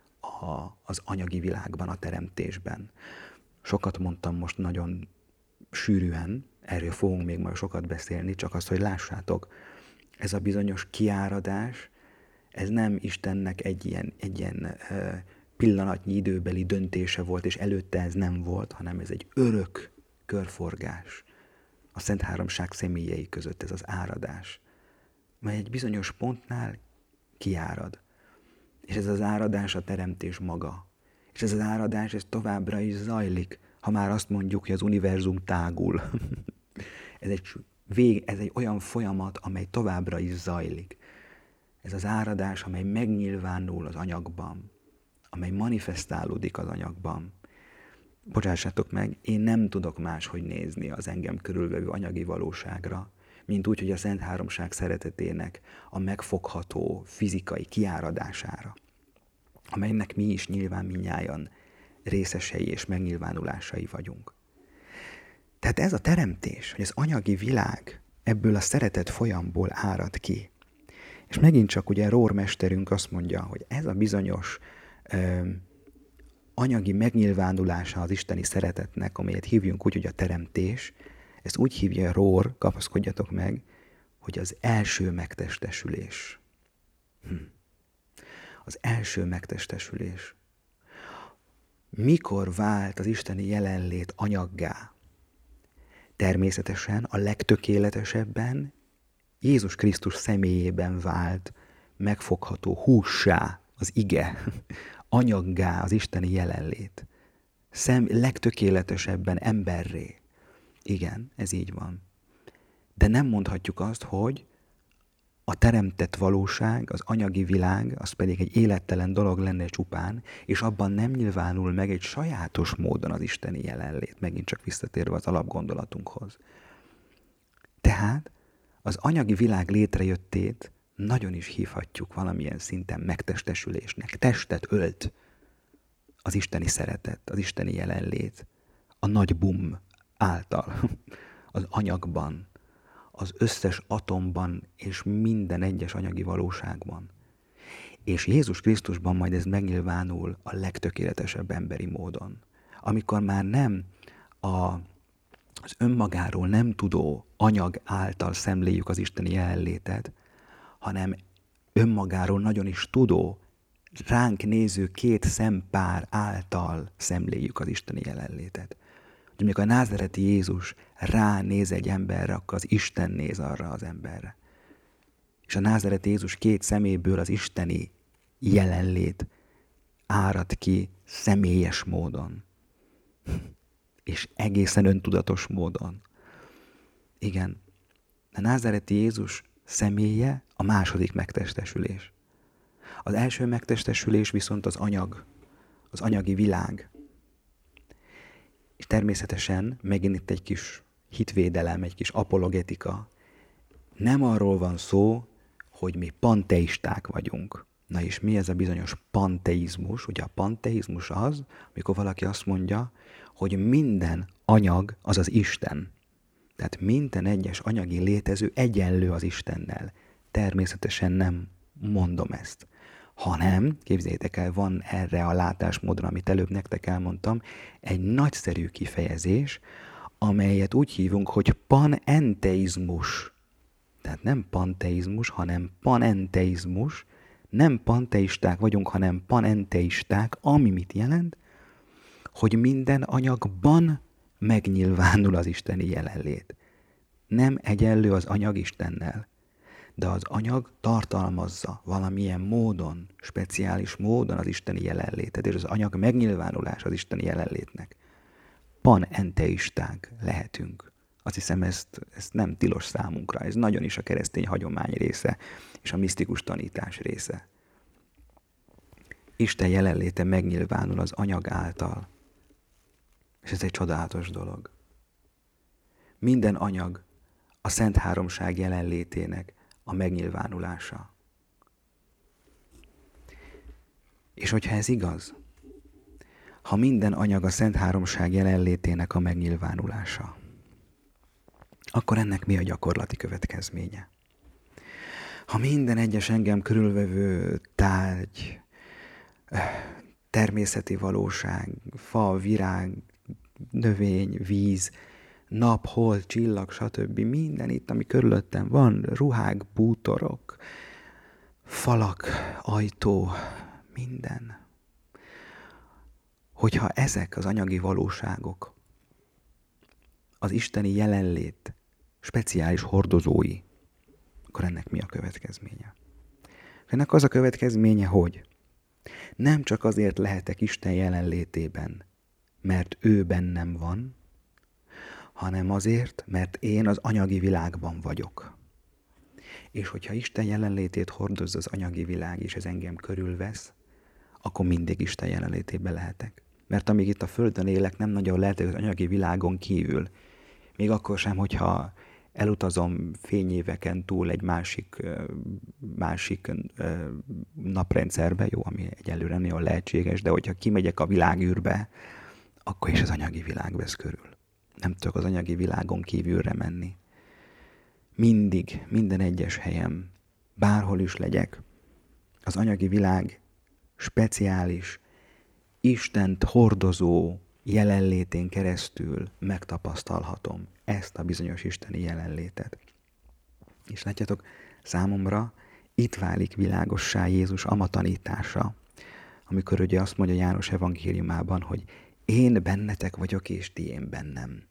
az anyagi világban, a teremtésben. Sokat mondtam most nagyon sűrűen, erről fogunk még majd sokat beszélni, csak azt, hogy lássátok, ez a bizonyos kiáradás, ez nem Istennek egy ilyen pillanatnyi időbeli döntése volt, és előtte ez nem volt, hanem ez egy örök körforgás a Szent Háromság személyei között, ez az áradás, mely egy bizonyos pontnál kiárad. És ez az áradás a teremtés maga. És ez az áradás, ez továbbra is zajlik, ha már azt mondjuk, hogy az univerzum tágul. ez egy olyan folyamat, amely továbbra is zajlik. Ez az áradás, amely megnyilvánul az anyagban, amely manifestálódik az anyagban. Bocsássátok meg, én nem tudok máshogy nézni az engem körülvevő anyagi valóságra, mint úgy, hogy a Szent Háromság szeretetének a megfogható fizikai kiáradására, amelynek mi is nyilván mindnyájan részesei és megnyilvánulásai vagyunk. Tehát ez a teremtés, hogy az anyagi világ ebből a szeretet folyamból árad ki. És megint csak ugye Rohr mesterünk azt mondja, hogy ez a bizonyos anyagi megnyilvánulása az isteni szeretetnek, amelyet hívjunk úgy, hogy a teremtés, ezt úgy hívja Rohr, kapaszkodjatok meg, hogy az első megtestesülés. Az első megtestesülés. Mikor vált az isteni jelenlét anyaggá? Természetesen a legtökéletesebben Jézus Krisztus személyében vált megfogható hússá az ige, anyaggá az isteni jelenlét. Legtökéletesebben emberré. Igen, ez így van. De nem mondhatjuk azt, hogy a teremtett valóság, az anyagi világ, az pedig egy élettelen dolog lenne csupán, és abban nem nyilvánul meg egy sajátos módon az isteni jelenlét, megint csak visszatérve az alapgondolatunkhoz. Tehát az anyagi világ létrejöttét nagyon is hívhatjuk valamilyen szinten megtestesülésnek. Testet ölt az isteni szeretet, az isteni jelenlét, a nagy bum által, az anyagban, az összes atomban és minden egyes anyagi valóságban. És Jézus Krisztusban majd ez megnyilvánul a legtökéletesebb emberi módon. Amikor már nem az önmagáról nem tudó anyag által szemléljük az isteni jelenlétet, hanem önmagáról nagyon is tudó, ránk néző két szempár által szemléljük az isteni jelenlétet. Hogy amikor a názáreti Jézus ránéz egy emberre, akkor az Isten néz arra az emberre. És a názáreti Jézus két szeméből az isteni jelenlét árad ki személyes módon. És egészen öntudatos módon. Igen, a názáreti Jézus személye a második megtestesülés. Az első megtestesülés viszont az anyag, az anyagi világ. És természetesen megint itt egy kis hitvédelem, egy kis apologetika. Nem arról van szó, hogy mi panteisták vagyunk. Na és mi ez a bizonyos panteizmus? Ugye a panteizmus az, amikor valaki azt mondja, hogy minden anyag az az Isten. Tehát minden egyes anyagi létező egyenlő az Istennel. Természetesen nem mondom ezt. Hanem, képzeljétek el, van erre a látásmódra, amit előbb nektek elmondtam, egy nagyszerű kifejezés, amelyet úgy hívunk, hogy panenteizmus. Tehát nem panteizmus, hanem panenteizmus. Nem panteisták vagyunk, hanem panenteisták, ami mit jelent? Hogy minden anyagban megnyilvánul az isteni jelenlét. Nem egyenlő az anyag Istennel, de az anyag tartalmazza valamilyen módon, speciális módon az isteni jelenlétet, és az anyag megnyilvánulás az isteni jelenlétnek. Panenteisták lehetünk. Azt hiszem, ezt nem tilos számunkra. Ez nagyon is a keresztény hagyomány része, és a misztikus tanítás része. Isten jelenléte megnyilvánul az anyag által. És ez egy csodálatos dolog. Minden anyag a Szent Háromság jelenlétének a megnyilvánulása. És hogyha ez igaz, ha minden anyag a Szent Háromság jelenlétének a megnyilvánulása, akkor ennek mi a gyakorlati következménye? Ha minden egyes engem körülvevő tárgy, természeti valóság, fa, virág, növény, víz, nap, hold, csillag, stb. Minden itt, ami körülöttem van, ruhák, bútorok, falak, ajtó, minden. Hogyha ezek az anyagi valóságok az isteni jelenlét speciális hordozói, akkor ennek mi a következménye? Ennek az a következménye, hogy nem csak azért lehetek Isten jelenlétében, mert ő bennem van, hanem azért, mert én az anyagi világban vagyok. És hogyha Isten jelenlétét hordozza az anyagi világ, és ez engem körülvesz, akkor mindig Isten jelenlétében lehetek. Mert amíg itt a Földön élek, nem nagyon lehetek az anyagi világon kívül. Még akkor sem, hogyha elutazom fényéveken túl egy másik naprendszerbe, jó, ami egyelőre nagyon lehetséges, de hogyha kimegyek a világűrbe, akkor is az anyagi világ vesz körül. Nem tudok az anyagi világon kívülre menni. Mindig, minden egyes helyem, bárhol is legyek, az anyagi világ speciális, Istent hordozó jelenlétén keresztül megtapasztalhatom ezt a bizonyos isteni jelenlétet. És látjátok, számomra itt válik világossá Jézus ama tanítása, amikor ugye azt mondja János evangéliumában, hogy én bennetek vagyok, és ti én bennem.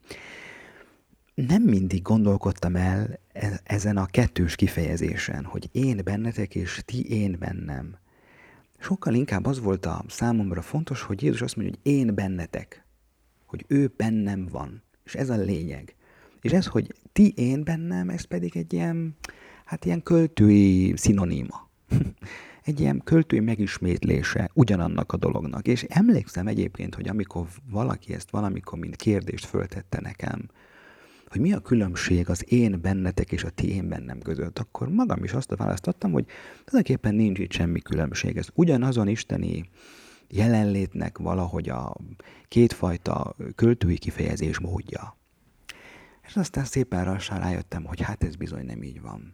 Nem mindig gondolkodtam el ezen a kettős kifejezésen, hogy én bennetek, és ti én bennem. Sokkal inkább az volt a számomra fontos, hogy Jézus azt mondja, hogy én bennetek, hogy ő bennem van. És ez a lényeg. És ez, hogy ti én bennem, ez pedig egy ilyen költői szinoníma. Egy ilyen költői megismétlése ugyanannak a dolognak. És emlékszem egyébként, hogy amikor valaki ezt valamikor mint kérdést föltette nekem, hogy mi a különbség az én bennetek és a ti én bennem között, akkor magam is azt a választ adtam, hogy tulajdonképpen nincs itt semmi különbség. Ez ugyanazon isteni jelenlétnek valahogy a kétfajta költői kifejezés módja. És aztán szépen lassan rájöttem, hogy hát ez bizony nem így van.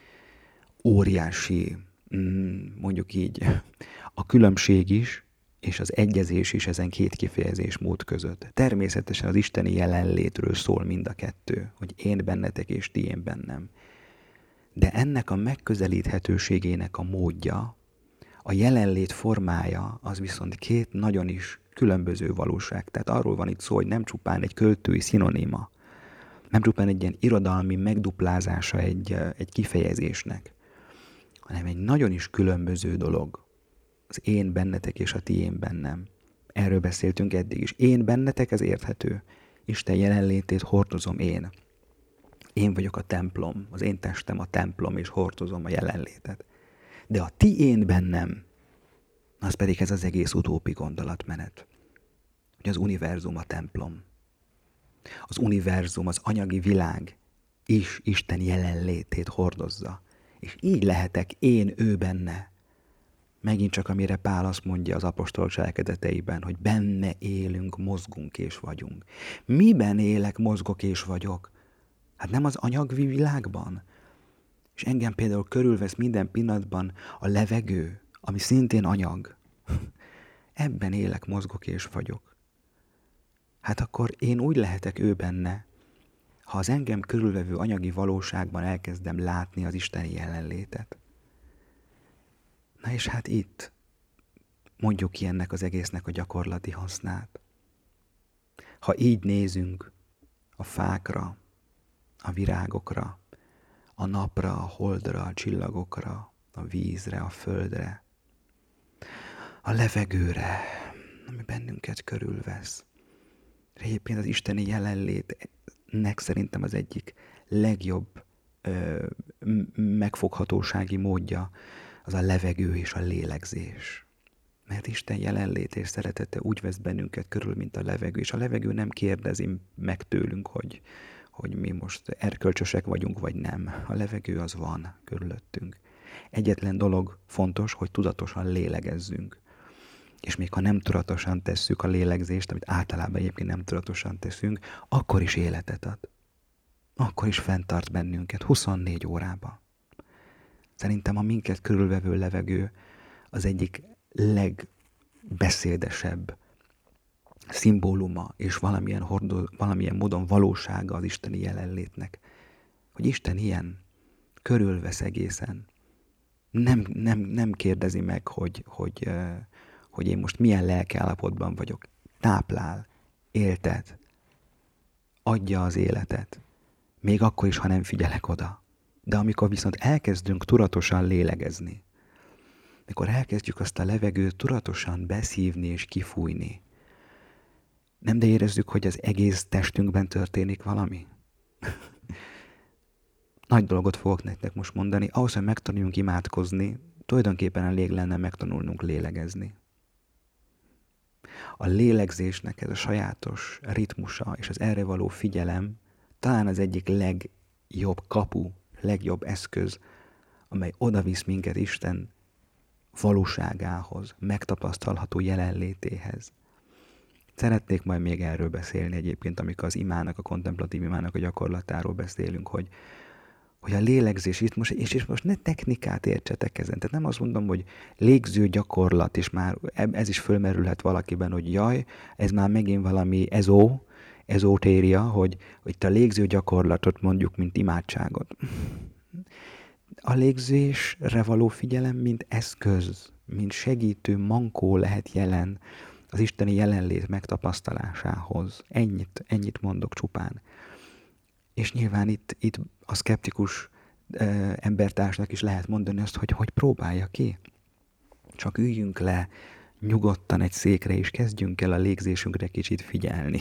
Óriási, mondjuk így, a különbség is, és az egyezés is ezen két kifejezésmód között. Természetesen az isteni jelenlétről szól mind a kettő, hogy én bennetek és ti én bennem. De ennek a megközelíthetőségének a módja, a jelenlét formája, az viszont két nagyon is különböző valóság. Tehát arról van itt szó, hogy nem csupán egy költői szinoníma, nem csupán egy ilyen irodalmi megduplázása egy kifejezésnek, hanem egy nagyon is különböző dolog. Az én bennetek és a ti én bennem. Erről beszéltünk eddig is. Én bennetek, ez érthető. Isten jelenlétét hordozom én. Én vagyok a templom, az én testem a templom, és hordozom a jelenlétet. De a ti én bennem, az pedig ez az egész utópi gondolatmenet. Hogy az univerzum a templom. Az univerzum, az anyagi világ is Isten jelenlétét hordozza. És így lehetek én ő benne. Megint csak amire Pál azt mondja az apostol cselekedeteiben, hogy benne élünk, mozgunk és vagyunk. Miben élek, mozgok és vagyok? Hát nem az anyagi világban? És engem például körülvesz minden pillanatban a levegő, ami szintén anyag. Ebben élek, mozgok és vagyok. Hát akkor én úgy lehetek ő benne, ha az engem körülvevő anyagi valóságban elkezdem látni az isteni jelenlétet. Na és hát itt mondjuk ki ennek az egésznek a gyakorlati hasznát. Ha így nézünk a fákra, a virágokra, a napra, a holdra, a csillagokra, a vízre, a földre, a levegőre, ami bennünket körülvesz. Egyébként az isteni jelenlétnek szerintem az egyik legjobb megfoghatósági módja az a levegő és a lélegzés. Mert Isten jelenlét és szeretete úgy vesz bennünket körül, mint a levegő, és a levegő nem kérdezi meg tőlünk, hogy mi most erkölcsösek vagyunk, vagy nem. A levegő az van körülöttünk. Egyetlen dolog fontos, hogy tudatosan lélegezzünk. És még ha nem tudatosan tesszük a lélegzést, amit általában egyébként nem tudatosan teszünk, akkor is életet ad. Akkor is fenntart bennünket 24 órában. Szerintem a minket körülvevő levegő az egyik legbeszédesebb szimbóluma és valamilyen módon valósága az isteni jelenlétnek. Hogy Isten ilyen körülvesz egészen. Nem kérdezi meg, hogy én most milyen lelkiállapotban vagyok. Táplál, éltet, adja az életet. Még akkor is, ha nem figyelek oda. De amikor viszont elkezdünk tudatosan lélegezni, mikor elkezdjük azt a levegőt tudatosan beszívni és kifújni, nem de érezzük, hogy az egész testünkben történik valami? Nagy dolgot fogok nektek most mondani. Ahhoz, hogy megtanuljunk imádkozni, tulajdonképpen elég lenne megtanulnunk lélegezni. A lélegzésnek ez a sajátos ritmusa és az erre való figyelem talán az egyik legjobb kapu, legjobb eszköz, amely odavisz minket Isten valóságához, megtapasztalható jelenlétéhez. Szeretnék majd még erről beszélni egyébként, amikor az imának, a kontemplatív imának a gyakorlatáról beszélünk, hogy a lélegzés itt most, és most ne technikát értsetek ezen. Tehát nem azt mondom, hogy légző gyakorlat, és már ez is fölmerülhet valakiben, hogy jaj, ez már megint valami ezótéria, hogy te a légző gyakorlatot mondjuk, mint imádságot. A légzésre való figyelem, mint eszköz, mint segítő mankó lehet jelen az isteni jelenlét megtapasztalásához. Ennyit mondok csupán. És nyilván itt a szkeptikus embertársnak is lehet mondani azt, hogy próbálja ki. Csak üljünk le nyugodtan egy székre, és kezdjünk el a légzésünkre kicsit figyelni.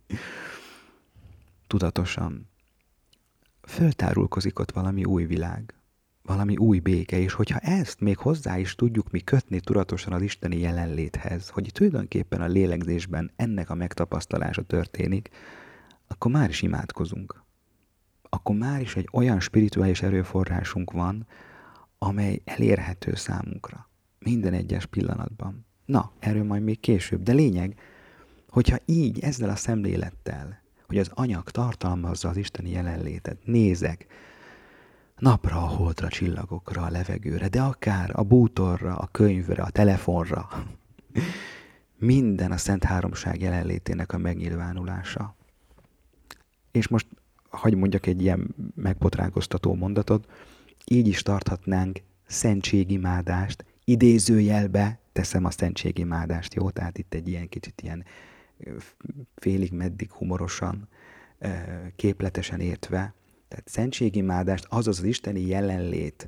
Tudatosan. Föltárulkozik ott valami új világ, valami új béke, és hogyha ezt még hozzá is tudjuk mi kötni tudatosan az isteni jelenléthez, hogy tulajdonképpen a lélegzésben ennek a megtapasztalása történik, akkor már is imádkozunk. Akkor már is egy olyan spirituális erőforrásunk van, amely elérhető számunkra. Minden egyes pillanatban. Na, erről majd még később. De lényeg, hogyha így, ezzel a szemlélettel, hogy az anyag tartalmazza az isteni jelenlétet, nézek napra, a holdra, csillagokra, a levegőre, de akár a bútorra, a könyvre, a telefonra. Minden a Szent Háromság jelenlétének a megnyilvánulása. És most hadd mondjak egy ilyen megbotránkoztató mondatot, így is tarthatnánk szentségimádást, idézőjelbe teszem a szentségimádást, jó? Tehát itt egy ilyen kicsit ilyen félig meddig humorosan, képletesen értve. Tehát szentségimádást, azaz az isteni jelenlét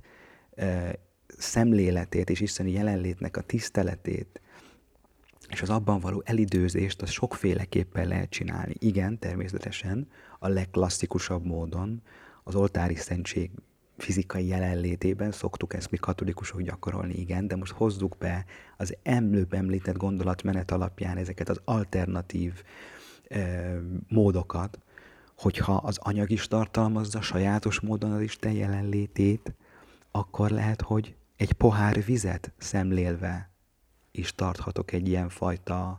szemléletét és isteni jelenlétnek a tiszteletét, és az abban való elidőzést, azt sokféleképpen lehet csinálni. Igen, természetesen, a legklasszikusabb módon, az oltári szentség fizikai jelenlétében szoktuk ezt mi katolikusok gyakorolni, igen, de most hozzuk be az előbb említett gondolatmenet alapján ezeket az alternatív módokat, hogyha az anyag is tartalmazza sajátos módon az Isten jelenlétét, akkor lehet, hogy egy pohár vizet szemlélve is tarthatok egy ilyen fajta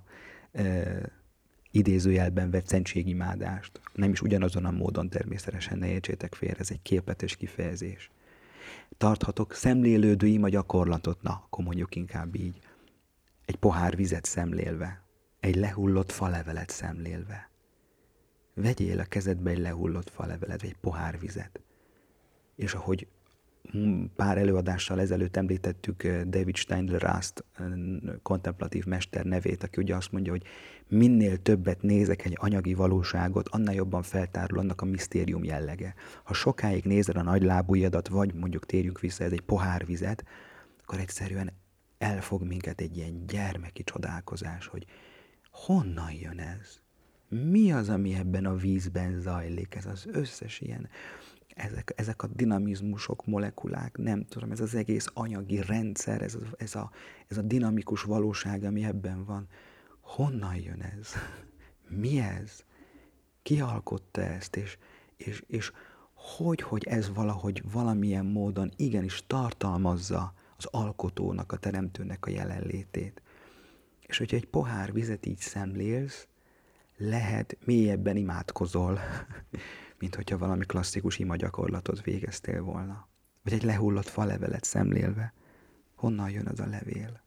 idézőjelben vett szentségimádást. Nem is ugyanazon a módon természetesen, ne értsétek félre, ez egy képletes kifejezés. Tarthatok szemlélődő ima gyakorlatot, na, akkor mondjuk inkább így. Egy pohár vizet szemlélve, egy lehullott falevelet szemlélve. Vegyél a kezedbe egy lehullott falevelet, egy pohár vizet. És ahogy pár előadással ezelőtt említettük David Steindl-Rast, kontemplatív mester nevét, aki ugye azt mondja, hogy minél többet nézek egy anyagi valóságot, annál jobban feltárul annak a misztérium jellege. Ha sokáig nézed a nagy lábujjadat, vagy mondjuk térjünk vissza ez egy pohár vizet, akkor egyszerűen elfog minket egy ilyen gyermeki csodálkozás, hogy honnan jön ez? Mi az, ami ebben a vízben zajlik? Ez az összes ilyen, ezek a dinamizmusok, molekulák, nem tudom, ez az egész anyagi rendszer, ez a dinamikus valóság, ami ebben van. Honnan jön ez? Mi ez? Ki alkotta ezt? És hogy ez valahogy valamilyen módon igenis tartalmazza az alkotónak, a teremtőnek a jelenlétét. És hogyha egy pohár vizet így szemlélsz, lehet mélyebben imádkozol, mint hogyha valami klasszikus imagyakorlatot végeztél volna. Vagy egy lehullott falevelet szemlélve. Honnan jön az a levél?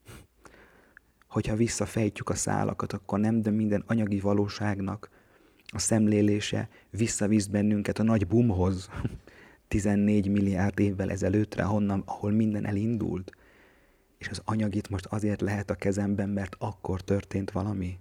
Hogyha visszafejtjük a szálakat, akkor nem, de minden anyagi valóságnak a szemlélése visszavisz bennünket a nagy bumhoz, 14 milliárd évvel ezelőttre, ahol minden elindult. És az anyag itt most azért lehet a kezemben, mert akkor történt valami.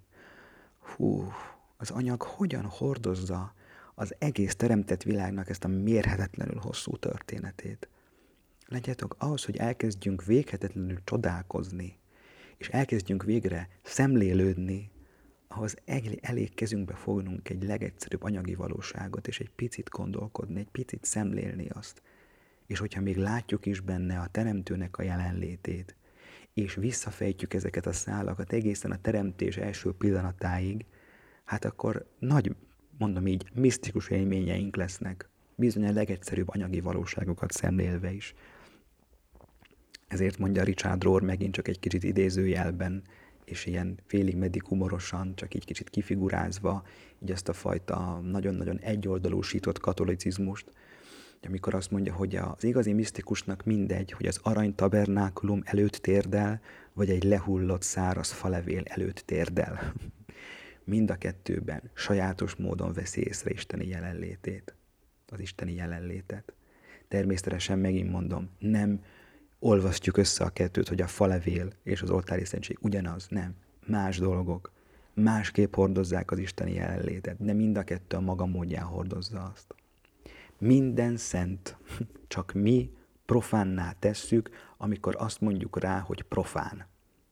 Az anyag hogyan hordozza az egész teremtett világnak ezt a mérhetetlenül hosszú történetét. Legyetek ahhoz, hogy elkezdjünk véghetetlenül csodálkozni, és elkezdjünk végre szemlélődni, ahhoz elég kezünkbe fognunk egy legegyszerűbb anyagi valóságot, és egy picit gondolkodni, egy picit szemlélni azt. És hogyha még látjuk is benne a teremtőnek a jelenlétét, és visszafejtjük ezeket a szálakat egészen a teremtés első pillanatáig, hát akkor nagy, mondom így, misztikus élményeink lesznek. bizony a legegyszerűbb anyagi valóságokat szemlélve is. Ezért mondja Richard Rohr megint csak egy kicsit idézőjelben, és ilyen félig meddig humorosan, csak így kicsit kifigurázva, így ezt a fajta nagyon-nagyon egyoldalúsított katolicizmust, amikor azt mondja, hogy az igazi misztikusnak mindegy, hogy az arany tabernákulum előtt térdel, vagy egy lehullott száraz falevél előtt térdel. Mind a kettőben sajátos módon veszi észre Isteni jelenlétét, az Isteni jelenlétet. Természetesen megint mondom, nem olvasztjuk össze a kettőt, hogy a falevél és az oltári szentség ugyanaz, nem. Más dolgok. Másképp hordozzák az Isteni jelenlétet, de mind a kettő a maga módján hordozza azt. Minden szent, csak mi profánná tesszük, amikor azt mondjuk rá, hogy profán.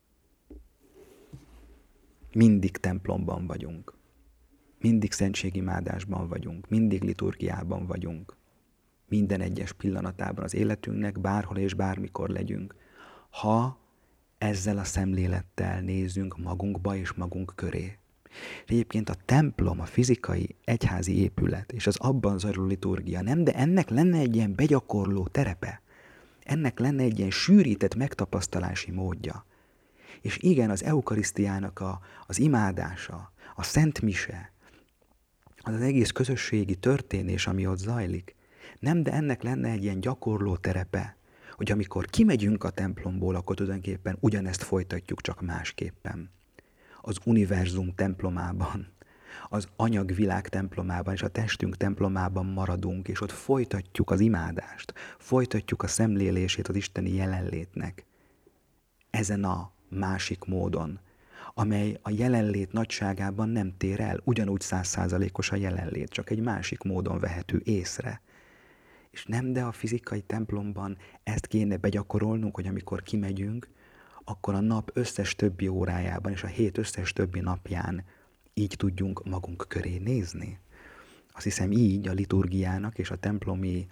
Mindig templomban vagyunk. Mindig szentségimádásban vagyunk. Mindig liturgiában vagyunk. Minden egyes pillanatában az életünknek, bárhol és bármikor legyünk. Ha ezzel a szemlélettel nézünk magunkba és magunk köré. Egyébként a templom, a fizikai egyházi épület és az abban zajló liturgia nem, de ennek lenne egy ilyen begyakorló terepe. Ennek lenne egy ilyen sűrített megtapasztalási módja. És igen, az eukarisztiának az imádása, a szent mise, az egész közösségi történés, ami ott zajlik, nem, de ennek lenne egy ilyen gyakorló terepe, hogy amikor kimegyünk a templomból, akkor tulajdonképpen ugyanezt folytatjuk, csak másképpen. Az univerzum templomában, az anyagvilág templomában és a testünk templomában maradunk, és ott folytatjuk az imádást, folytatjuk a szemlélését az isteni jelenlétnek. Ezen a másik módon, amely a jelenlét nagyságában nem tér el, ugyanúgy 100%-os a jelenlét, csak egy másik módon vehető észre. És nem, de a fizikai templomban ezt kéne begyakorolnunk, hogy amikor kimegyünk, akkor a nap összes többi órájában és a hét összes többi napján így tudjunk magunk köré nézni. Azt hiszem így a liturgiának és a templomi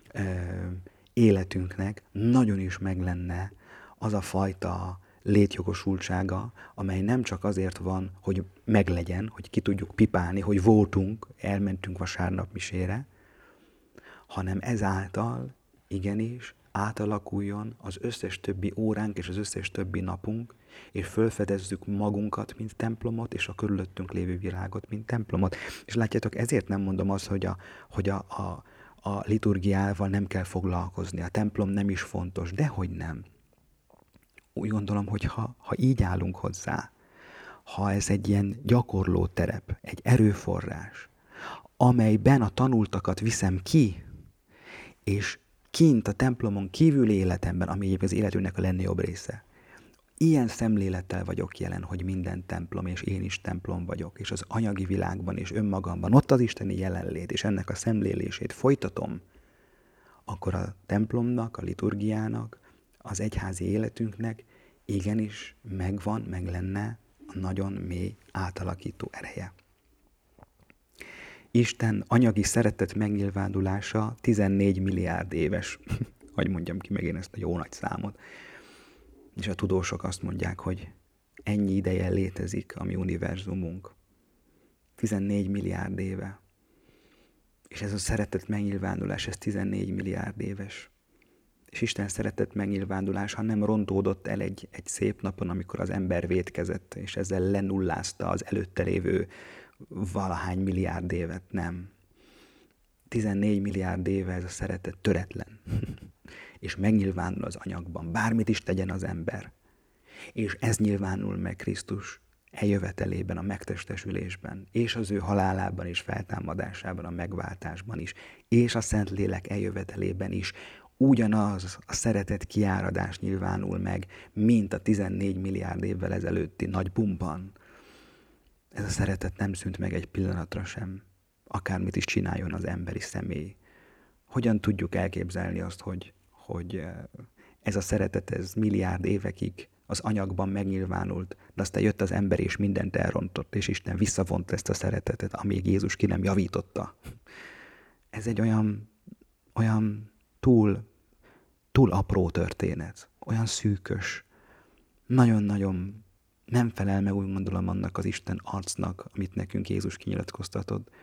életünknek nagyon is meg lenne az a fajta létjogosultsága, amely nem csak azért van, hogy meglegyen, hogy ki tudjuk pipálni, hogy voltunk, elmentünk vasárnap misére, hanem ezáltal igenis átalakuljon az összes többi óránk és az összes többi napunk, és felfedezzük magunkat, mint templomot, és a körülöttünk lévő világot, mint templomot. És látjátok, ezért nem mondom azt, hogy a liturgiával nem kell foglalkozni, a templom nem is fontos, dehogy nem. Úgy gondolom, hogy ha így állunk hozzá, ha ez egy ilyen gyakorló terep, egy erőforrás, amelyben a tanultakat viszem ki, és kint a templomon kívüli életemben, ami egyébként az életünknek a legjobb része. Ilyen szemlélettel vagyok jelen, hogy minden templom, és én is templom vagyok, és az anyagi világban és önmagamban, ott az isteni jelenlét, és ennek a szemlélését folytatom, akkor a templomnak, a liturgiának, az egyházi életünknek igenis meg lenne a nagyon mély átalakító ereje. Isten anyagi szeretet megnyilvánulása 14 milliárd éves. Hogy mondjam ki megint ezt a jó nagy számot. És a tudósok azt mondják, hogy ennyi ideje létezik a mi univerzumunk. 14 milliárd éve. És ez a szeretet megnyilvánulás, ez 14 milliárd éves. És Isten szeretet megnyilvánulása nem rontódott el egy szép napon, amikor az ember vétkezett, és ezzel lenullázta az előtte lévő valahány milliárd évet, nem. 14 milliárd éve ez a szeretet töretlen. És megnyilvánul az anyagban, bármit is tegyen az ember. És ez nyilvánul meg Krisztus eljövetelében, a megtestesülésben, és az ő halálában és feltámadásában, a megváltásban is, és a Szentlélek eljövetelében is. Ugyanaz a szeretet kiáradás nyilvánul meg, mint a 14 milliárd évvel ezelőtti nagy bumban. Ez a szeretet nem szűnt meg egy pillanatra sem, akármit is csináljon az emberi személy. Hogyan tudjuk elképzelni azt, hogy ez a szeretet, ez milliárd évekig az anyagban megnyilvánult, de aztán jött az ember és mindent elrontott, és Isten visszavont ezt a szeretetet, amíg Jézus ki nem javította. Ez egy olyan túl apró történet, olyan szűkös, nagyon-nagyon nem felel meg, úgy gondolom, annak az Isten arcnak, amit nekünk Jézus kinyilatkoztatott.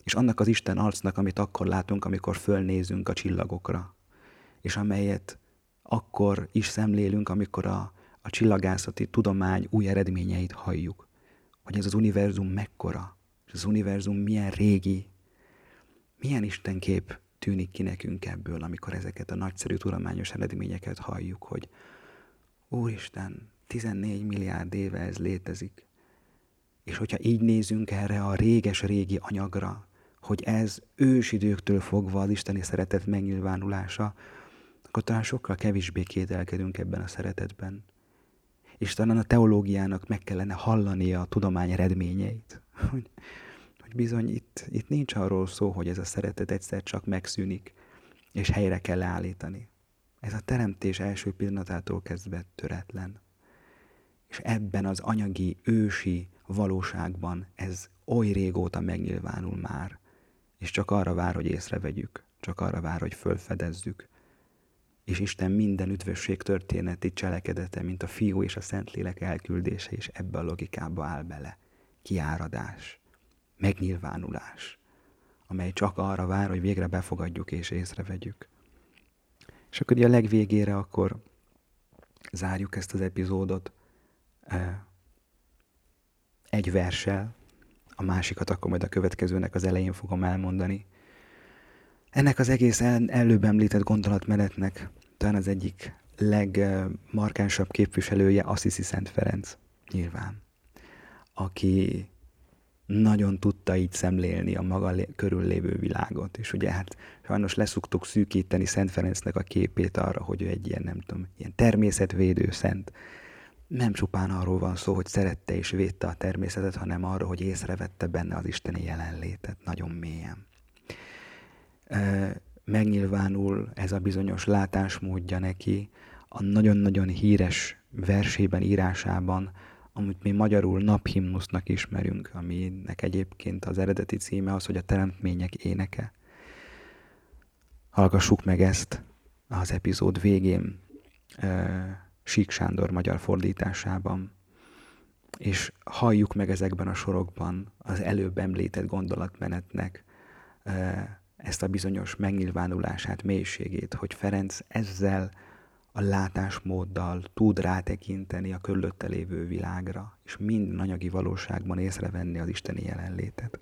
és annak az Isten arcnak, amit akkor látunk, amikor fölnézünk a csillagokra, és amelyet akkor is szemlélünk, amikor a csillagászati tudomány új eredményeit halljuk. Hogy ez az univerzum mekkora, és az univerzum milyen régi, milyen istenkép tűnik ki nekünk ebből, amikor ezeket a nagyszerű tudományos eredményeket halljuk, hogy Úristen, 14 milliárd éve ez létezik. És hogyha így nézünk erre a réges-régi anyagra, hogy ez ősidőktől fogva az isteni szeretet megnyilvánulása, akkor talán sokkal kevésbé kételkedünk ebben a szeretetben. És talán a teológiának meg kellene hallania a tudomány eredményeit. Hogy bizony itt nincs arról szó, hogy ez a szeretet egyszer csak megszűnik, és helyre kell állítani. Ez a teremtés első pillanatától kezdve töretlen. És ebben az anyagi, ősi valóságban ez oly régóta megnyilvánul már, és csak arra vár, hogy észrevegyük, csak arra vár, hogy fölfedezzük. És Isten minden üdvösség történeti cselekedete, mint a Fiú és a Szentlélek elküldése, és ebbe a logikába áll bele. Kiáradás, megnyilvánulás, amely csak arra vár, hogy végre befogadjuk és észrevegyük. És akkor ugye a legvégére akkor zárjuk ezt az epizódot egy verssel, a másikat akkor majd a következőnek az elején fogom elmondani. Ennek az egész előbb említett gondolatmenetnek talán az egyik legmarkánsabb képviselője Assisi Szent Ferenc, nyilván, aki nagyon tudta így szemlélni a maga körül lévő világot. És ugye hát sajnos leszoktuk szűkíteni Szent Ferencnek a képét arra, hogy ő egy ilyen, nem tudom, ilyen természetvédő szent. Nem csupán arról van szó, hogy szerette és védte a természetet, hanem arról, hogy észrevette benne az isteni jelenlétet nagyon mélyen. Megnyilvánul ez a bizonyos látásmódja neki a nagyon-nagyon híres versében, írásában, amit mi magyarul naphimnusznak ismerünk, aminek egyébként az eredeti címe az, hogy a teremtmények éneke. Hallgassuk meg ezt az epizód végén Sík Sándor magyar fordításában, és halljuk meg ezekben a sorokban az előbb említett gondolatmenetnek ezt a bizonyos megnyilvánulását, mélységét, hogy Ferenc ezzel a látásmóddal tud rátekinteni a körülötte lévő világra, és minden anyagi valóságban észrevenni az isteni jelenlétet.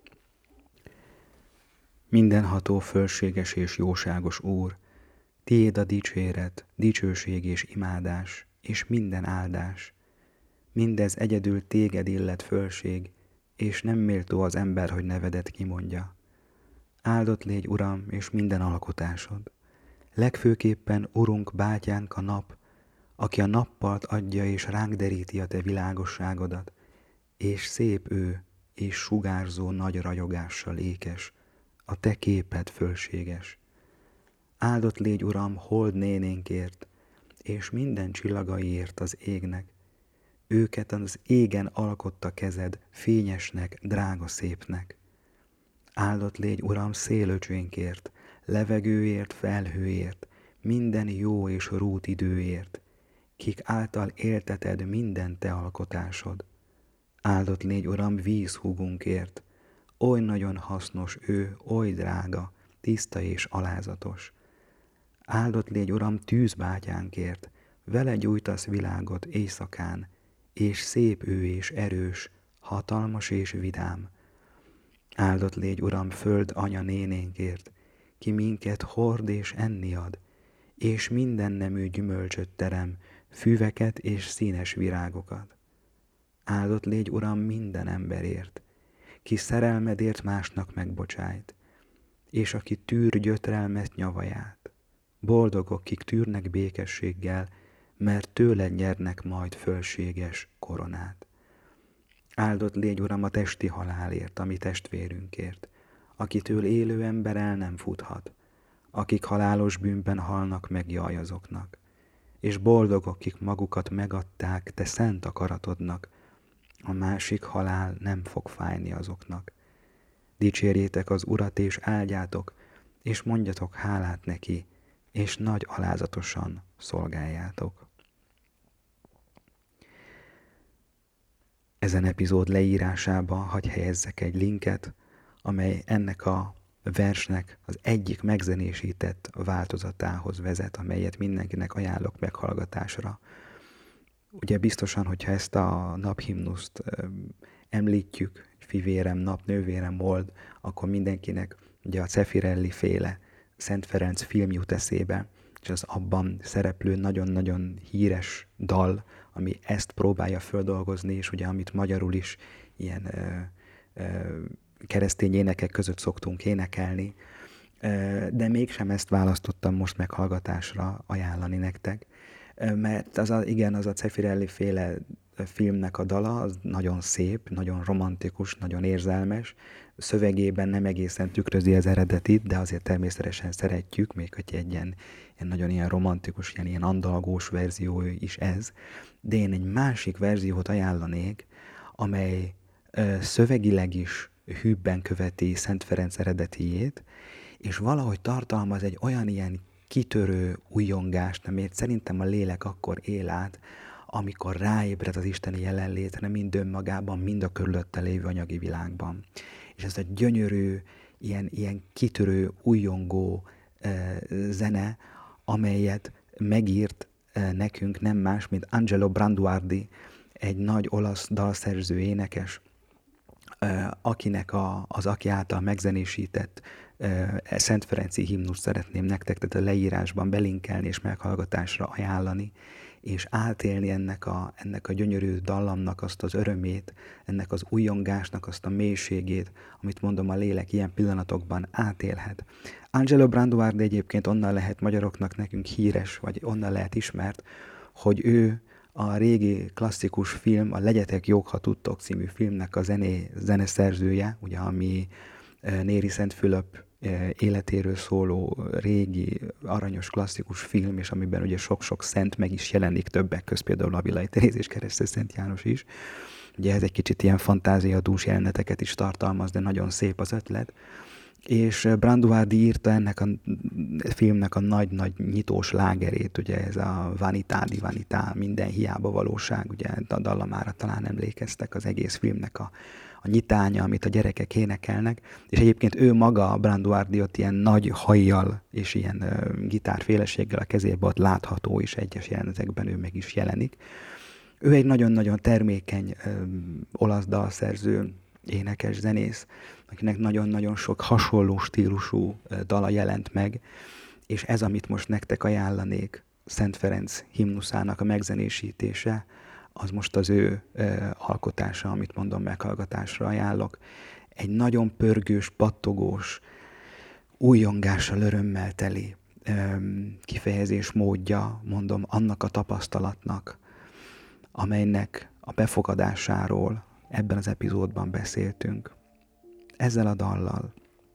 Mindenható, fölséges és jóságos Úr, tiéd a dicséret, dicsőség és imádás, és minden áldás. Mindez egyedül téged illet fölség, és nem méltó az ember, hogy nevedet kimondja. Áldott légy, Uram, és minden alkotásod. Legfőképpen, Urunk, bátyánk a nap, aki a nappalt adja és ránk deríti a te világosságodat, és szép ő, és sugárzó nagy ragyogással ékes, a te képed fölséges. Áldott légy, Uram, hold nénénkért, és minden csillagaiért az égnek. Őket az égen alkotta kezed, fényesnek, drága szépnek. Áldott légy, Uram, szélöcsénkért, levegőért, felhőért, minden jó és rút időért, kik által élteted minden te alkotásod. Áldott légy, Uram, vízhúgunkért, oly nagyon hasznos ő, oly drága, tiszta és alázatos. Áldott légy, Uram, tűzbátyánkért, vele gyújtasz világot éjszakán, és szép ő és erős, hatalmas és vidám. Áldott légy, Uram, föld anya nénénkért, ki minket hord és enni ad, és minden nemű gyümölcsöt terem, füveket és színes virágokat. Áldott légy, Uram, minden emberért, ki szerelmedért másnak megbocsájt, és aki tűr gyötrelmet nyavaját. Boldogok, kik tűrnek békességgel, mert tőled nyernek majd fölséges koronát. Áldott légy, Uram, a testi halálért, a mi testvérünkért, akitől élő ember el nem futhat, akik halálos bűnben halnak meg, jaj azoknak. És boldogok, kik magukat megadták te szent akaratodnak, a másik halál nem fog fájni azoknak. Dicsérjétek az Urat és áldjátok, és mondjatok hálát neki, és nagy alázatosan szolgáljátok. Ezen epizód leírásába hadd helyezzek egy linket, amely ennek a versnek az egyik megzenésített változatához vezet, amelyet mindenkinek ajánlok meghallgatásra. Ugye biztosan, hogyha ezt a naphimnuszt említjük, fivérem, nap, nővérem, hold, akkor mindenkinek ugye a Cefirelli féle Szent Ferenc film jut eszébe, és az abban szereplő nagyon-nagyon híres dal, ami ezt próbálja földolgozni, és ugye amit magyarul is ilyen keresztény énekek között szoktunk énekelni, de mégsem ezt választottam most meghallgatásra ajánlani nektek, mert az a Cefirelli féle filmnek a dala az nagyon szép, nagyon romantikus, nagyon érzelmes, szövegében nem egészen tükrözi az eredetit, de azért természetesen szeretjük, még hogy egy ilyen nagyon ilyen romantikus, ilyen andalgós verzió is ez, de én egy másik verziót ajánlanék, amely szövegileg is hűbben követi Szent Ferenc eredetiét, és valahogy tartalmaz egy olyan ilyen kitörő újjongást, amelyet szerintem a lélek akkor él át, amikor ráébred az isteni jelenlétre mind önmagában, mind a körülötte lévő anyagi világban. És ez a gyönyörű, ilyen kitörő, újjongó zene, amelyet megírt nekünk nem más, mint Angelo Branduardi, egy nagy olasz dalszerző énekes, akinek az aki által megzenésített Szent Ferenci himnusz szeretném nektek, tehát a leírásban belinkelni és meghallgatásra ajánlani, és átélni ennek a gyönyörű dallamnak azt az örömét, ennek az újongásnak azt a mélységét, amit mondom, a lélek ilyen pillanatokban átélhet. Angelo Branduardi egyébként onnan lehet magyaroknak nekünk híres, vagy onnan lehet ismert, hogy ő a régi klasszikus film, a Legyetek jók, ha tudtok című filmnek a zeneszerzője, ugye, ami Néri Szentfülöp életéről szóló régi, aranyos, klasszikus film, és amiben ugye sok-sok szent meg is jelenik, többek közt például Avilai Teréz és Keresztes Szent János is. Ugye ez egy kicsit ilyen fantáziadús jeleneteket is tartalmaz, de nagyon szép az ötlet. És Branduardi írta ennek a filmnek a nagy-nagy nyitós lágerét, ugye ez a Vanità di Vanità, minden hiába valóság, ugye a dallamára talán emlékeztek, az egész filmnek a nyitánya, amit a gyerekek énekelnek, és egyébként ő maga, Branduardi, ott ilyen nagy hajjal és ilyen gitárféleséggel a kezében ott látható, és egyes jelenetekben ő meg is jelenik. Ő egy nagyon-nagyon termékeny olasz dalszerző, énekes, zenész, akinek nagyon-nagyon sok hasonló stílusú dala jelent meg, és ez, amit most nektek ajánlanék, Szent Ferenc himnuszának a megzenésítése, az most az ő alkotása, amit mondom, meghallgatásra ajánlok. Egy nagyon pörgős, pattogós, újjongással, örömmel teli kifejezés módja, mondom, annak a tapasztalatnak, amelynek a befogadásáról ebben az epizódban beszéltünk. Ezzel a dallal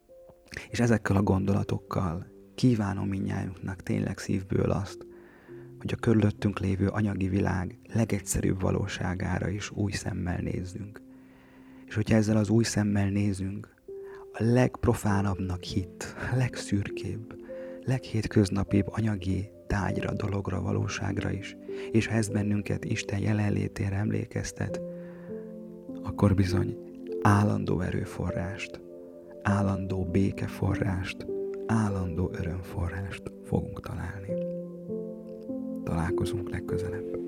és ezekkel a gondolatokkal kívánom mindnyájunknak tényleg szívből azt, hogy a körülöttünk lévő anyagi világ legegyszerűbb valóságára is új szemmel nézzünk. És hogyha ezzel az új szemmel nézünk, a legprofánabbnak hitt, legszürkébb, leghétköznapibb anyagi tárgyra, dologra, valóságra is, és ha ez bennünket Isten jelenlétére emlékeztet, akkor bizony állandó erőforrást, állandó békeforrást, állandó örömforrást fogunk találni. Találkozunk legközelebb.